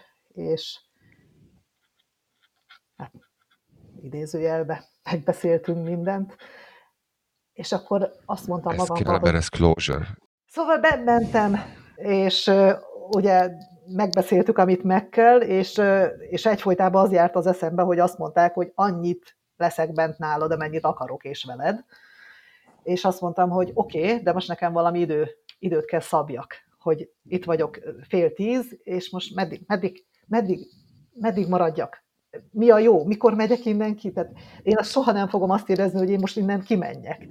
hát idézőjelbe megbeszéltünk mindent, és akkor azt mondtam magamban, hogy... Ez closure. Szóval bementem, és ugye megbeszéltük, amit meg kell, és egyfolytában az járt az eszembe, hogy azt mondták, hogy annyit leszek bent nálad, amennyit akarok és veled. És azt mondtam, hogy oké, de most nekem valami időt kell szabjak, hogy itt vagyok 9:30, és most meddig maradjak? Mi a jó? Mikor megyek innen ki? Tehát én soha nem fogom azt érezni, hogy én most innen kimenjek.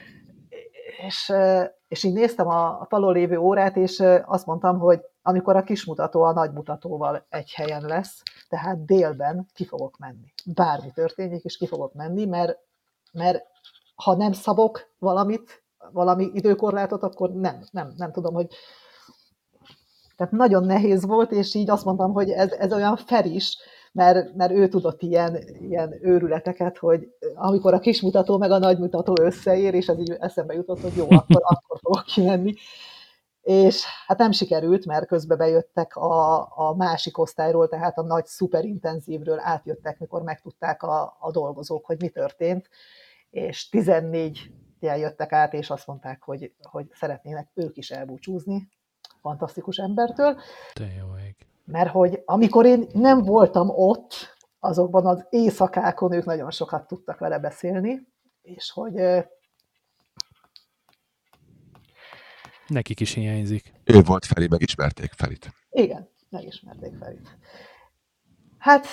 És így néztem a falon lévő órát, és azt mondtam, hogy amikor a kismutató a nagymutatóval egy helyen lesz, tehát délben ki fogok menni. Bármi történjék, és ki fogok menni, mert ha nem szabok valami időkorlátot, akkor nem tudom, hogy... Tehát nagyon nehéz volt, és így azt mondtam, hogy ez olyan Feris, mert ő tudott ilyen őrületeket, hogy amikor a kismutató meg a nagymutató összeér, és ez így eszembe jutott, hogy jó, akkor fogok kimenni. És hát nem sikerült, mert közben bejöttek a másik osztályról, tehát a nagy szuperintenzívről átjöttek, mikor megtudták a dolgozók, hogy mi történt, és 14 jöttek át, és azt mondták, hogy szeretnének ők is elbúcsúzni fantasztikus embertől. Te jó ég. Mert hogy amikor én nem voltam ott, azokban az éjszakákon ők nagyon sokat tudtak vele beszélni, és hogy... Nekik is hiányzik. Ő volt Feri, megismerték Ferit. Igen, megismerték Ferit. Hát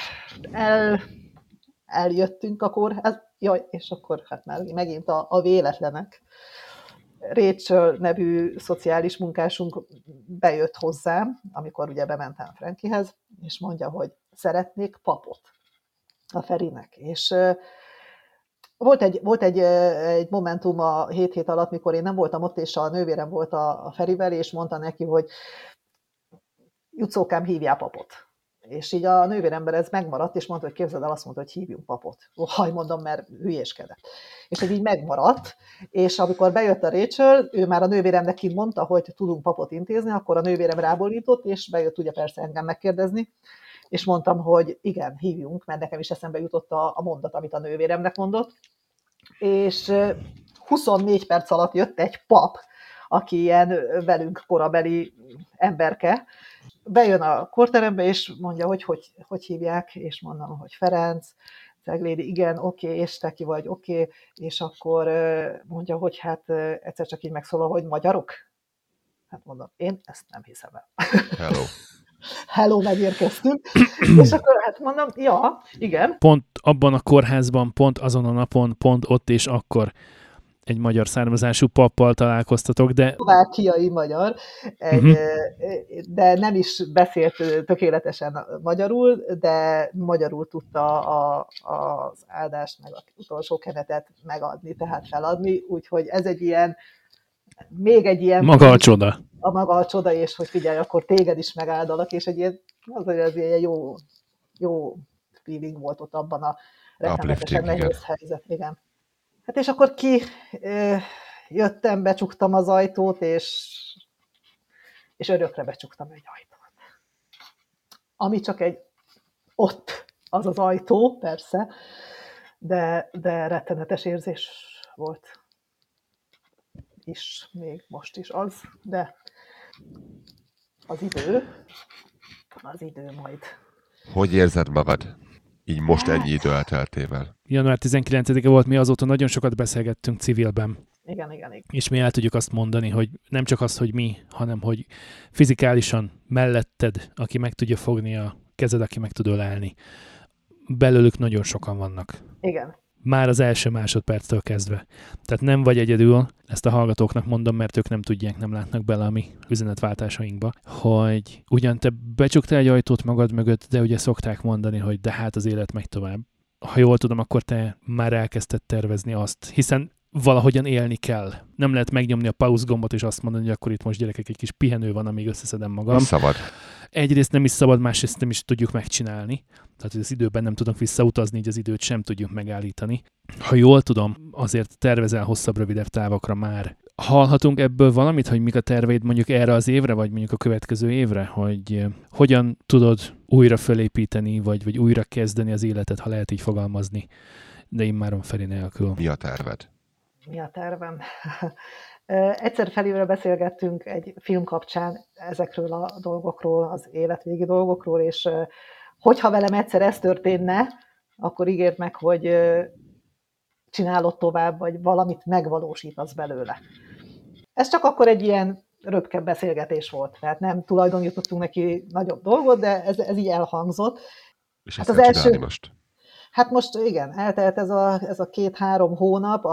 eljöttünk a kórház, és akkor hát már megint a véletlenek. Rachel nevű szociális munkásunk bejött hozzám, amikor ugye bementem Frankihez, és mondja, hogy szeretnék papot a Ferinek. És volt egy momentum a 7 hét alatt, mikor én nem voltam ott, és a nővérem volt a Ferivel, és mondta neki, hogy Jucókám, hívjál papot. És így a nővérember ez megmaradt, és mondta, hogy képzeld el, azt mondta, hogy hívjunk papot. Haj, mondom, mert hülyéskedett. És ez így megmaradt, és amikor bejött a Rachel, ő már a nővéremnek kint mondta, hogy tudunk papot intézni, akkor a nővérem rábólított, és bejött ugye persze engem megkérdezni, és mondtam, hogy igen, hívjunk, mert nekem is eszembe jutott a mondat, amit a nővéremnek mondott. És 24 perc alatt jött egy pap, aki ilyen velünk korabeli emberke, bejön a kórterembe, és mondja, hogy hívják, és mondom, hogy Ferenc, Ceglédi, igen, oké, és te ki vagy, oké, és akkor mondja, hogy hát egyszer csak így megszólal, hogy magyarok? Hát mondom, én ezt nem hiszem el. Hello, megérkeztünk. És akkor hát mondom, ja, igen. Pont abban a kórházban, pont azon a napon, pont ott és akkor egy magyar származású pappal találkoztatok, de... Szlovákiai magyar, de nem is beszélt tökéletesen magyarul, de magyarul tudta az áldást, meg az utolsó kenetet megadni, tehát feladni, úgyhogy ez még egy ilyen... Maga a csoda. a maga a csoda, és hogy figyelj, akkor téged is megáldalak, és egy ilyen, az ilyen jó feeling volt ott abban a rettenetesen nehéz helyzet. Igen. Hát és akkor jöttem, becsuktam az ajtót, és örökre becsuktam egy ajtót. Ami csak ott az az ajtó, persze, de rettenetes érzés volt. És még most is az, de az idő majd. Hogy érzed magad? Így most ennyi idő elteltével. Január 19-e volt, mi azóta nagyon sokat beszélgettünk civilben. Igen. És mi el tudjuk azt mondani, hogy nem csak az, hogy mi, hanem hogy fizikálisan melletted, aki meg tudja fogni a kezed, aki meg tud ölelni. Belőlük nagyon sokan vannak. Igen. Már az első másodperctől kezdve. Tehát nem vagy egyedül, ezt a hallgatóknak mondom, mert ők nem tudják, nem látnak bele a mi üzenetváltásainkba, hogy ugyan te becsuktál egy ajtót magad mögött, de ugye szokták mondani, hogy de hát az élet megy tovább. Ha jól tudom, akkor te már elkezdted tervezni azt, hiszen valahogyan élni kell. Nem lehet megnyomni a pause gombot és azt mondani, hogy akkor itt most gyerekek egy kis pihenő van, amíg összeszedem magam. Nem szabad. Egyrészt nem is szabad, másrészt nem is tudjuk megcsinálni. Tehát, hogy az időben nem tudunk visszautazni, így az időt sem tudjuk megállítani. Ha jól tudom, azért tervezel hosszabb, rövidebb távokra már. Hallhatunk ebből valamit, hogy mik a terveid mondjuk erre az évre, vagy mondjuk a következő évre, hogy hogyan tudod újra fölépíteni, vagy újra kezdeni az életet, ha lehet így fogalmazni, de immáron Feri nélkül. Mi a terved? Mi a tervem? Egyszer felülre beszélgettünk egy film kapcsán ezekről a dolgokról, az életvégi dolgokról, és hogyha velem egyszer ez történne, akkor ígérd meg, hogy csinálod tovább, vagy valamit megvalósítasz belőle. Ez csak akkor egy ilyen röpkebb beszélgetés volt, tehát nem tulajdonítottunk neki nagyobb dolgot, de ez így elhangzott. És ezt hát csinálni most? Hát most igen, eltelt ez a 2-3 hónap,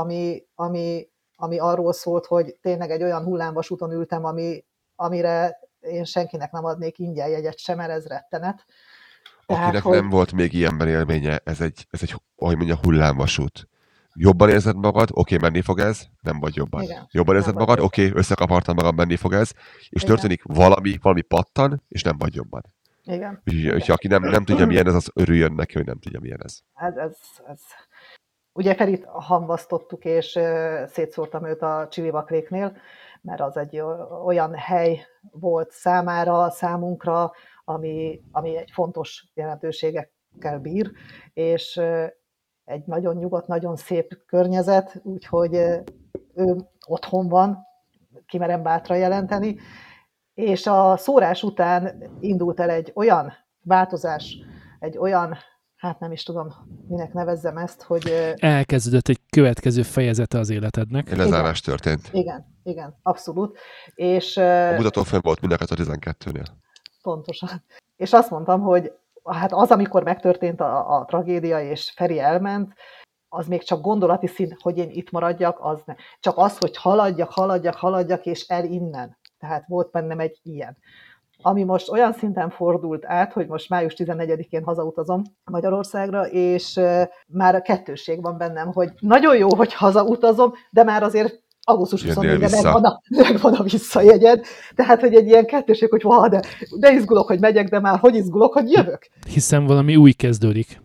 ami arról szólt, hogy tényleg egy olyan hullámvasúton ültem, amire én senkinek nem adnék ingyen jegyet sem, mert ez rettenet. Akinek nem volt még ilyenben élménye, ez egy ahogy mondja, hullámvasút. Jobban érzed magad, oké, menni fog ez, nem vagy jobban. Igen, jobban érzed magad, oké, összekapartam magam, menni fog ez, és igen. Történik valami pattan, és nem vagy jobban. Igen. És aki nem tudja, milyen ez, az örüljön neki, hogy nem tudja, milyen ez. Ez. Ugye Ferit hamvasztottuk, és szétszórtam őt a Csili-Bakréknél, mert az egy olyan hely volt számunkra, ami egy fontos jelentőségekkel bír, és egy nagyon nyugodt, nagyon szép környezet, úgyhogy ő otthon van, kimerem bátran jelenteni, és a szórás után indult el egy olyan változás, egy olyan, hát nem is tudom, minek nevezzem ezt, hogy... Elkezdődött egy következő fejezete az életednek. Egy lezárás történt. Igen, abszolút. És, a mutató fenn volt mind a 12-nél. Pontosan. És azt mondtam, hogy hát az, amikor megtörtént a tragédia, és Feri elment, az még csak gondolati szint, hogy én itt maradjak, az nem. Csak az, hogy haladjak, és el innen. Tehát volt bennem egy ilyen. Ami most olyan szinten fordult át, hogy most május 14-én hazautazom Magyarországra, és már a kettősség van bennem, hogy nagyon jó, hogy hazautazom, de már azért augusztus 24-ben megvan a visszajegyed. Tehát, hogy egy ilyen kettősség, hogy de izgulok, hogy megyek, de már hogy izgulok, hogy jövök. Hiszen valami új kezdődik.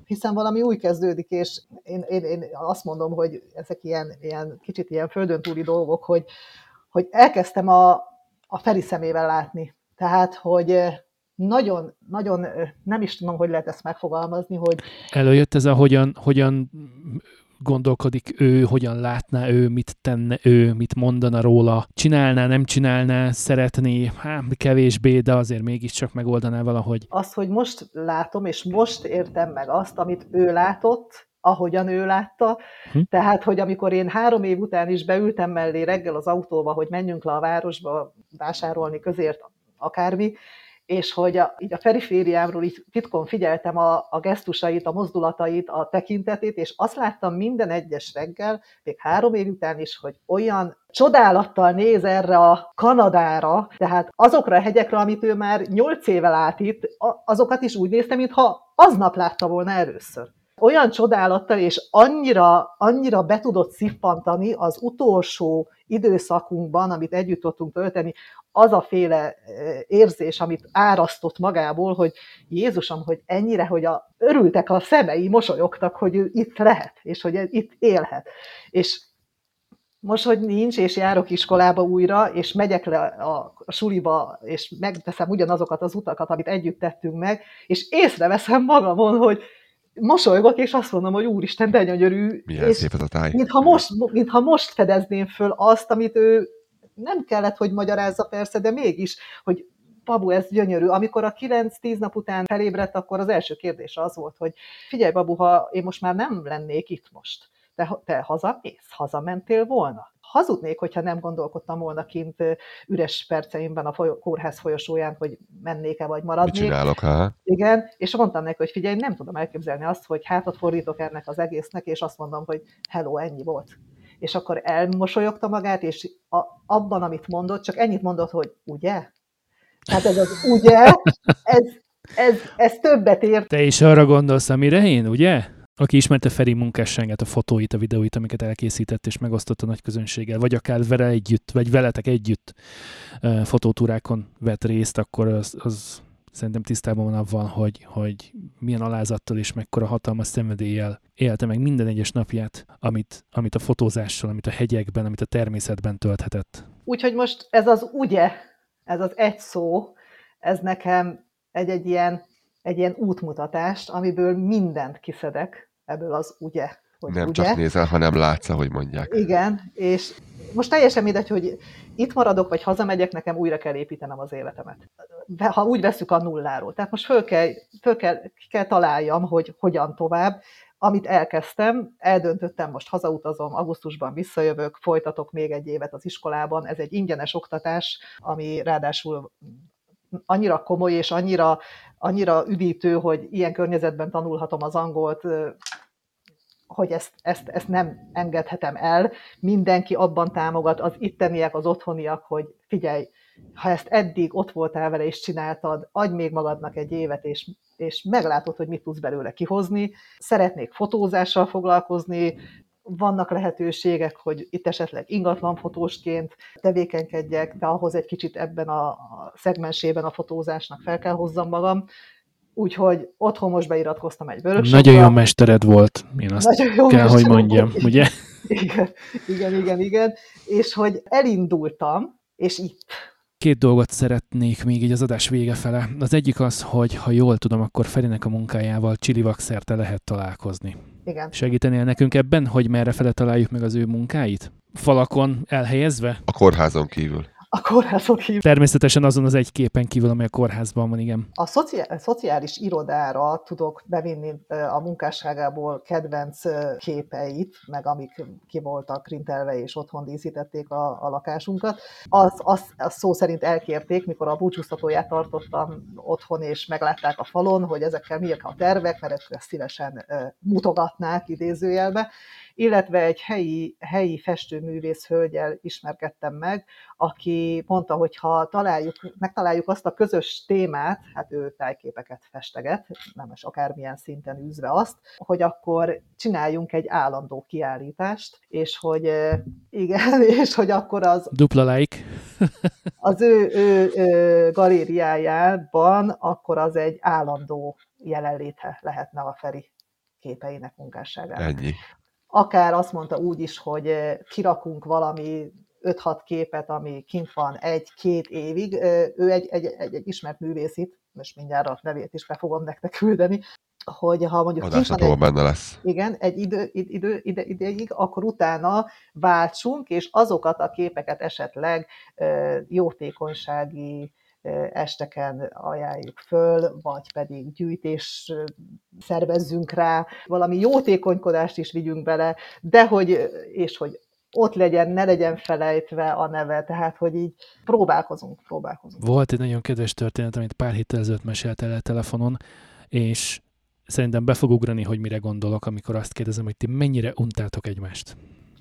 És én azt mondom, hogy ezek ilyen kicsit ilyen földön túli dolgok, hogy elkezdtem a Feri szemével látni. Tehát, hogy nagyon, nagyon, nem is tudom, hogy lehet ezt megfogalmazni, hogy... Előjött ez a hogyan gondolkodik ő, hogyan látná ő, mit tenne ő, mit mondana róla, csinálná, nem csinálná, szeretné, kevésbé, de azért mégiscsak megoldaná valahogy. Az, hogy most látom, és most értem meg azt, amit ő látott, ahogyan ő látta, tehát, hogy amikor én 3 év után is beültem mellé reggel az autóba, hogy menjünk le a városba vásárolni közért akármi, és hogy így a perifériámról így titkon figyeltem a gesztusait, a mozdulatait, a tekintetét, és azt láttam minden egyes reggel, még 3 év után is, hogy olyan csodálattal néz erre a Kanadára, tehát azokra a hegyekre, amit ő már 8 éve lát itt, azokat is úgy néztem, mintha aznap látta volna először. olyan csodálattal, és annyira be tudott szippantani az utolsó időszakunkban, amit együtt tudtunk tölteni, az a féle érzés, amit árasztott magából, hogy Jézusom, hogy ennyire, hogy örültek a szemei, mosolyogtak, hogy ő itt lehet, és hogy itt élhet. És most, hogy nincs, és járok iskolába újra, és megyek le a suliba, és megteszem ugyanazokat az utakat, amit együtt tettünk meg, és észreveszem magamon, hogy mosolygok, és azt mondom, hogy úristen, de gyönyörű. Milyen szép ez a táj. Mintha most fedezném föl azt, amit ő nem kellett, hogy magyarázza persze, de mégis, hogy Babu, ez gyönyörű. Amikor a 9-10 nap után felébredt, akkor az első kérdés az volt, hogy figyelj, Babu, ha én most már nem lennék itt most, te hazamész? Hazamentél volna? Hazudnék, hogyha nem gondolkodtam volna kint üres perceimben a kórház folyosóján, hogy mennék-e vagy maradnék. Mit csinálok, ha? Igen, és mondtam neki, hogy figyelj, nem tudom elképzelni azt, hogy hátat fordítok ennek az egésznek, és azt mondom, hogy hello, ennyi volt. És akkor elmosolyogta magát, és abban, amit mondott, csak ennyit mondott, hogy ugye? Hát ez az ugye, ez többet ért. Te is arra gondolsz, amire én, ugye? Aki ismerte Feri munkásságát, a fotóit, a videóit, amiket elkészített és megosztott a nagy közönséggel, vagy akár vele együtt, vagy veletek együtt fotótúrákon vett részt, akkor az szerintem tisztában van avval, hogy milyen alázattal és mekkora hatalmas szenvedéllyel élte meg minden egyes napját, amit a fotózással, amit a hegyekben, amit a természetben tölthetett. Úgyhogy most ez az ugye, ez az egy szó, ez nekem egy ilyen útmutatást, amiből mindent kiszedek ebből az ugye. Hogy nem ugye. csak nézel, hanem látsz, ahogy mondják. Igen, és most teljesen mindegy, hogy itt maradok, vagy hazamegyek, nekem újra kell építenem az életemet. Ha úgy vesszük a nulláról. Tehát most föl kell találjam, hogy hogyan tovább. Amit elkezdtem, eldöntöttem, most hazautazom, augusztusban visszajövök, folytatok még egy évet az iskolában. Ez egy ingyenes oktatás, ami ráadásul annyira komoly és annyira üdítő, hogy ilyen környezetben tanulhatom az angolt, hogy ezt nem engedhetem el. Mindenki abban támogat, az itteniek, az otthoniak, hogy figyelj, ha ezt eddig ott voltál vele és csináltad, adj még magadnak egy évet, és meglátod, hogy mit tudsz belőle kihozni. Szeretnék fotózással foglalkozni, vannak lehetőségek, hogy itt esetleg ingatlanfotósként tevékenykedjek, de ahhoz egy kicsit ebben a szegmensében a fotózásnak fel kell hozzam magam. Úgyhogy otthon most beiratkoztam egy workshopra. Nagyon jó mestered volt, én azt kell, hogy mondjam, volt. Ugye? Igen. És hogy elindultam, és itt. 2 dolgot szeretnék még így az adás vége fele. Az egyik az, hogy ha jól tudom, akkor Ferinek a munkájával Csillivak szerte lehet találkozni. Igen. Segítenél nekünk ebben, hogy merre fele találjuk meg az ő munkáit? Falakon elhelyezve? A kórházon kívül. A kórházon kívül. Természetesen azon az egy képen kívül, amely a kórházban van, igen. A szociális irodára tudok bevinni a munkásságából kedvenc képeit, meg amik ki voltak printelve és otthon díszítették a lakásunkat. Az szó szerint elkérték, mikor a búcsúztatóját tartottam otthon, és meglátták a falon, hogy ezekkel miek a tervek, mert ezt szívesen mutogatnák idézőjelbe. Illetve egy helyi festőművész hölgyel ismerkedtem meg, aki mondta, hogy ha megtaláljuk azt a közös témát, hát ő tájképeket festeget, nem is akármilyen szinten űzve azt, hogy akkor csináljunk egy állandó kiállítást, és hogy igen, és hogy akkor az... Dupla like. Az ő galériájában akkor az egy állandó jelenléte lehetne a Feri képeinek, munkásságának. Ennyi. Akár azt mondta úgy is, hogy kirakunk valami 5-6 képet, ami kint van 1-2 évig. Ő egy ismert művész itt, most mindjárt a nevét is be fogom nektek küldeni, hogy ha mondjuk adásnaplóban benne lesz. Igen, egy ideig, akkor utána váltsunk, és azokat a képeket esetleg jótékonysági esteken ajánljuk föl, vagy pedig gyűjtés szervezzünk rá, valami jótékonykodást is vigyünk bele, de hogy ott legyen, ne legyen felejtve a neve, tehát hogy így próbálkozunk. Volt egy nagyon kedves történet, amit pár héttel ezelőtt meséltél el telefonon, és szerintem be fog ugrani, hogy mire gondolok, amikor azt kérdezem, hogy ti mennyire untátok egymást.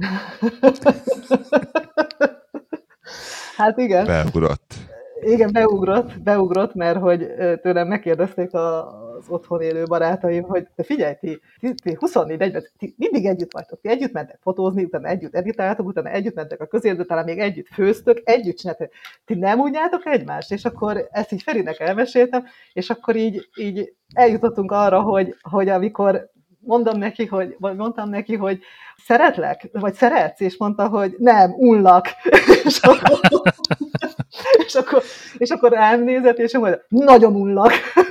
Hát igen. Beugrott. Igen, beugrott, mert hogy tőlem megkérdezték a az otthon élő barátaim, hogy de figyelj, ti 24-40, ti mindig együtt vagytok, ti együtt mentek fotózni, utána együtt editáltok, utána együtt mentek a közérbe, talán még együtt főztök, együtt csináltok. Ti nem unjátok egymást? És akkor ezt így Ferinek elmeséltem, és akkor így eljutottunk arra, hogy amikor mondtam neki, hogy szeretlek, vagy szeretsz, és mondta, hogy nem, unlak. és akkor rám nézett, és mondta, nagyon unlak.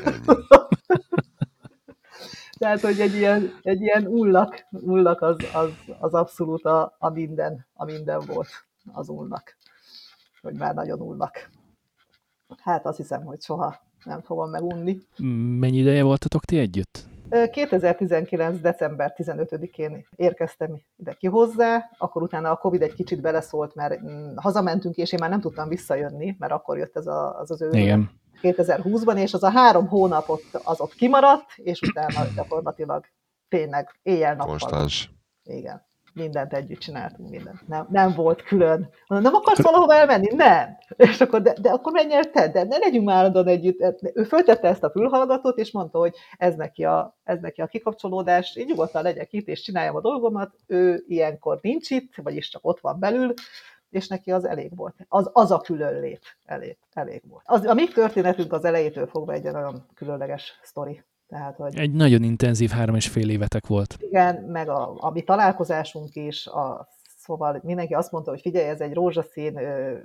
Tehát, hogy egy ilyen ullak az abszolút a minden volt az ullak. Hogy már nagyon ullak. Hát azt hiszem, hogy soha nem fogom megunni. Mennyi ideje voltatok ti együtt? 2019. december 15-én érkeztem ide ki hozzá, akkor utána a Covid egy kicsit beleszólt, mert hazamentünk, és én már nem tudtam visszajönni, mert akkor jött ez az őrület 2020-ban, és az a 3 hónapot az ott kimaradt, és utána gyakorlatilag tényleg éjjel-nappal. Konstans. Igen. Mindent együtt csináltunk, mindent. Nem volt külön. Nem akarsz valahova elmenni? Nem. És akkor, de akkor menj el te, de ne legyünk már állandóan együtt. Ő föltette ezt a fülhallgatót, és mondta, hogy ez neki a kikapcsolódás, én nyugodtan legyek itt, és csináljam a dolgomat. Ő ilyenkor nincs itt, vagyis csak ott van belül, és neki az elég volt. Az a különlét elég volt. A mi történetünk az elejétől fogva egy nagyon különleges sztori. Tehát, hogy egy nagyon intenzív 3,5 évetek volt. Igen, meg a mi találkozásunk is, szóval mindenki azt mondta, hogy figyelj, ez egy rózsaszín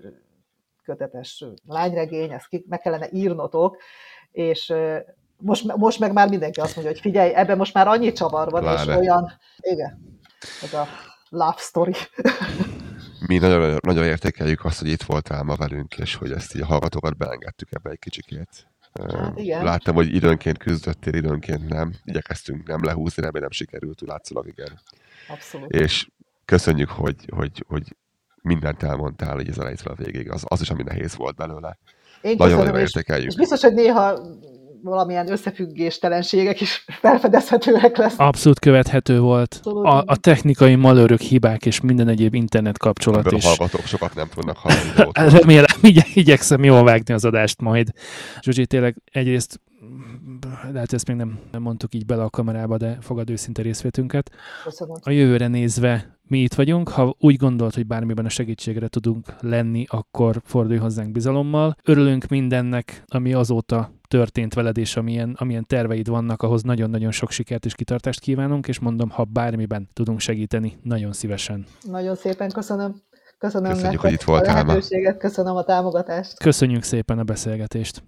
kötetes lányregény, ezt meg kellene írnotok, és most meg már mindenki azt mondja, hogy figyelj, ebben most már annyi csavar van, és olyan, igen, ez a love story. Mi nagyon, nagyon értékeljük azt, hogy itt voltál ma velünk, és hogy ezt így a hallgatókat beengedtük ebbe egy kicsikét. Hát igen. Láttam, hogy időnként küzdöttél, időnként nem. Igyekeztünk nem lehúzni, nem sikerült, látszólag igen. Abszolút. És köszönjük, hogy mindent elmondtál, hogy az elejétől a végig. Az is, ami nehéz volt belőle. Én nagyon értékeljük. És biztos, hogy néha valamilyen összefüggéstelenségek is felfedezhetőek lesznek. Abszolút követhető volt. A technikai malőrök, hibák és minden egyéb internet kapcsolat ebből is. A hallgatók sokat nem tudnak hallani. Remélem, igyekszem jól vágni az adást majd. Zsuzsi, tényleg egyrészt, lehet ezt még nem mondtuk így bele a kamerába, de fogad őszinte részvétünket. Köszönöm. A jövőre nézve mi itt vagyunk. Ha úgy gondolt, hogy bármiben a segítségre tudunk lenni, akkor fordulj hozzánk bizalommal. Örülünk mindennek, ami azóta történt veled, és amilyen terveid vannak, ahhoz nagyon-nagyon sok sikert és kitartást kívánunk, és mondom, ha bármiben tudunk segíteni, nagyon szívesen. Nagyon szépen köszönöm. Köszönjük, nektek hogy itt voltál a lehetőséget, köszönöm a támogatást. Köszönjük szépen a beszélgetést.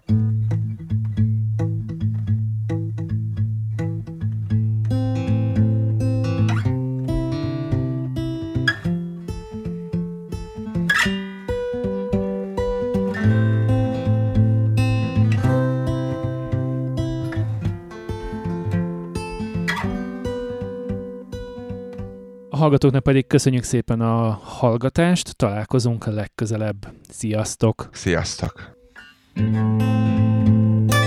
A hallgatóknak pedig köszönjük szépen a hallgatást, találkozunk legközelebb. Sziasztok! Sziasztok!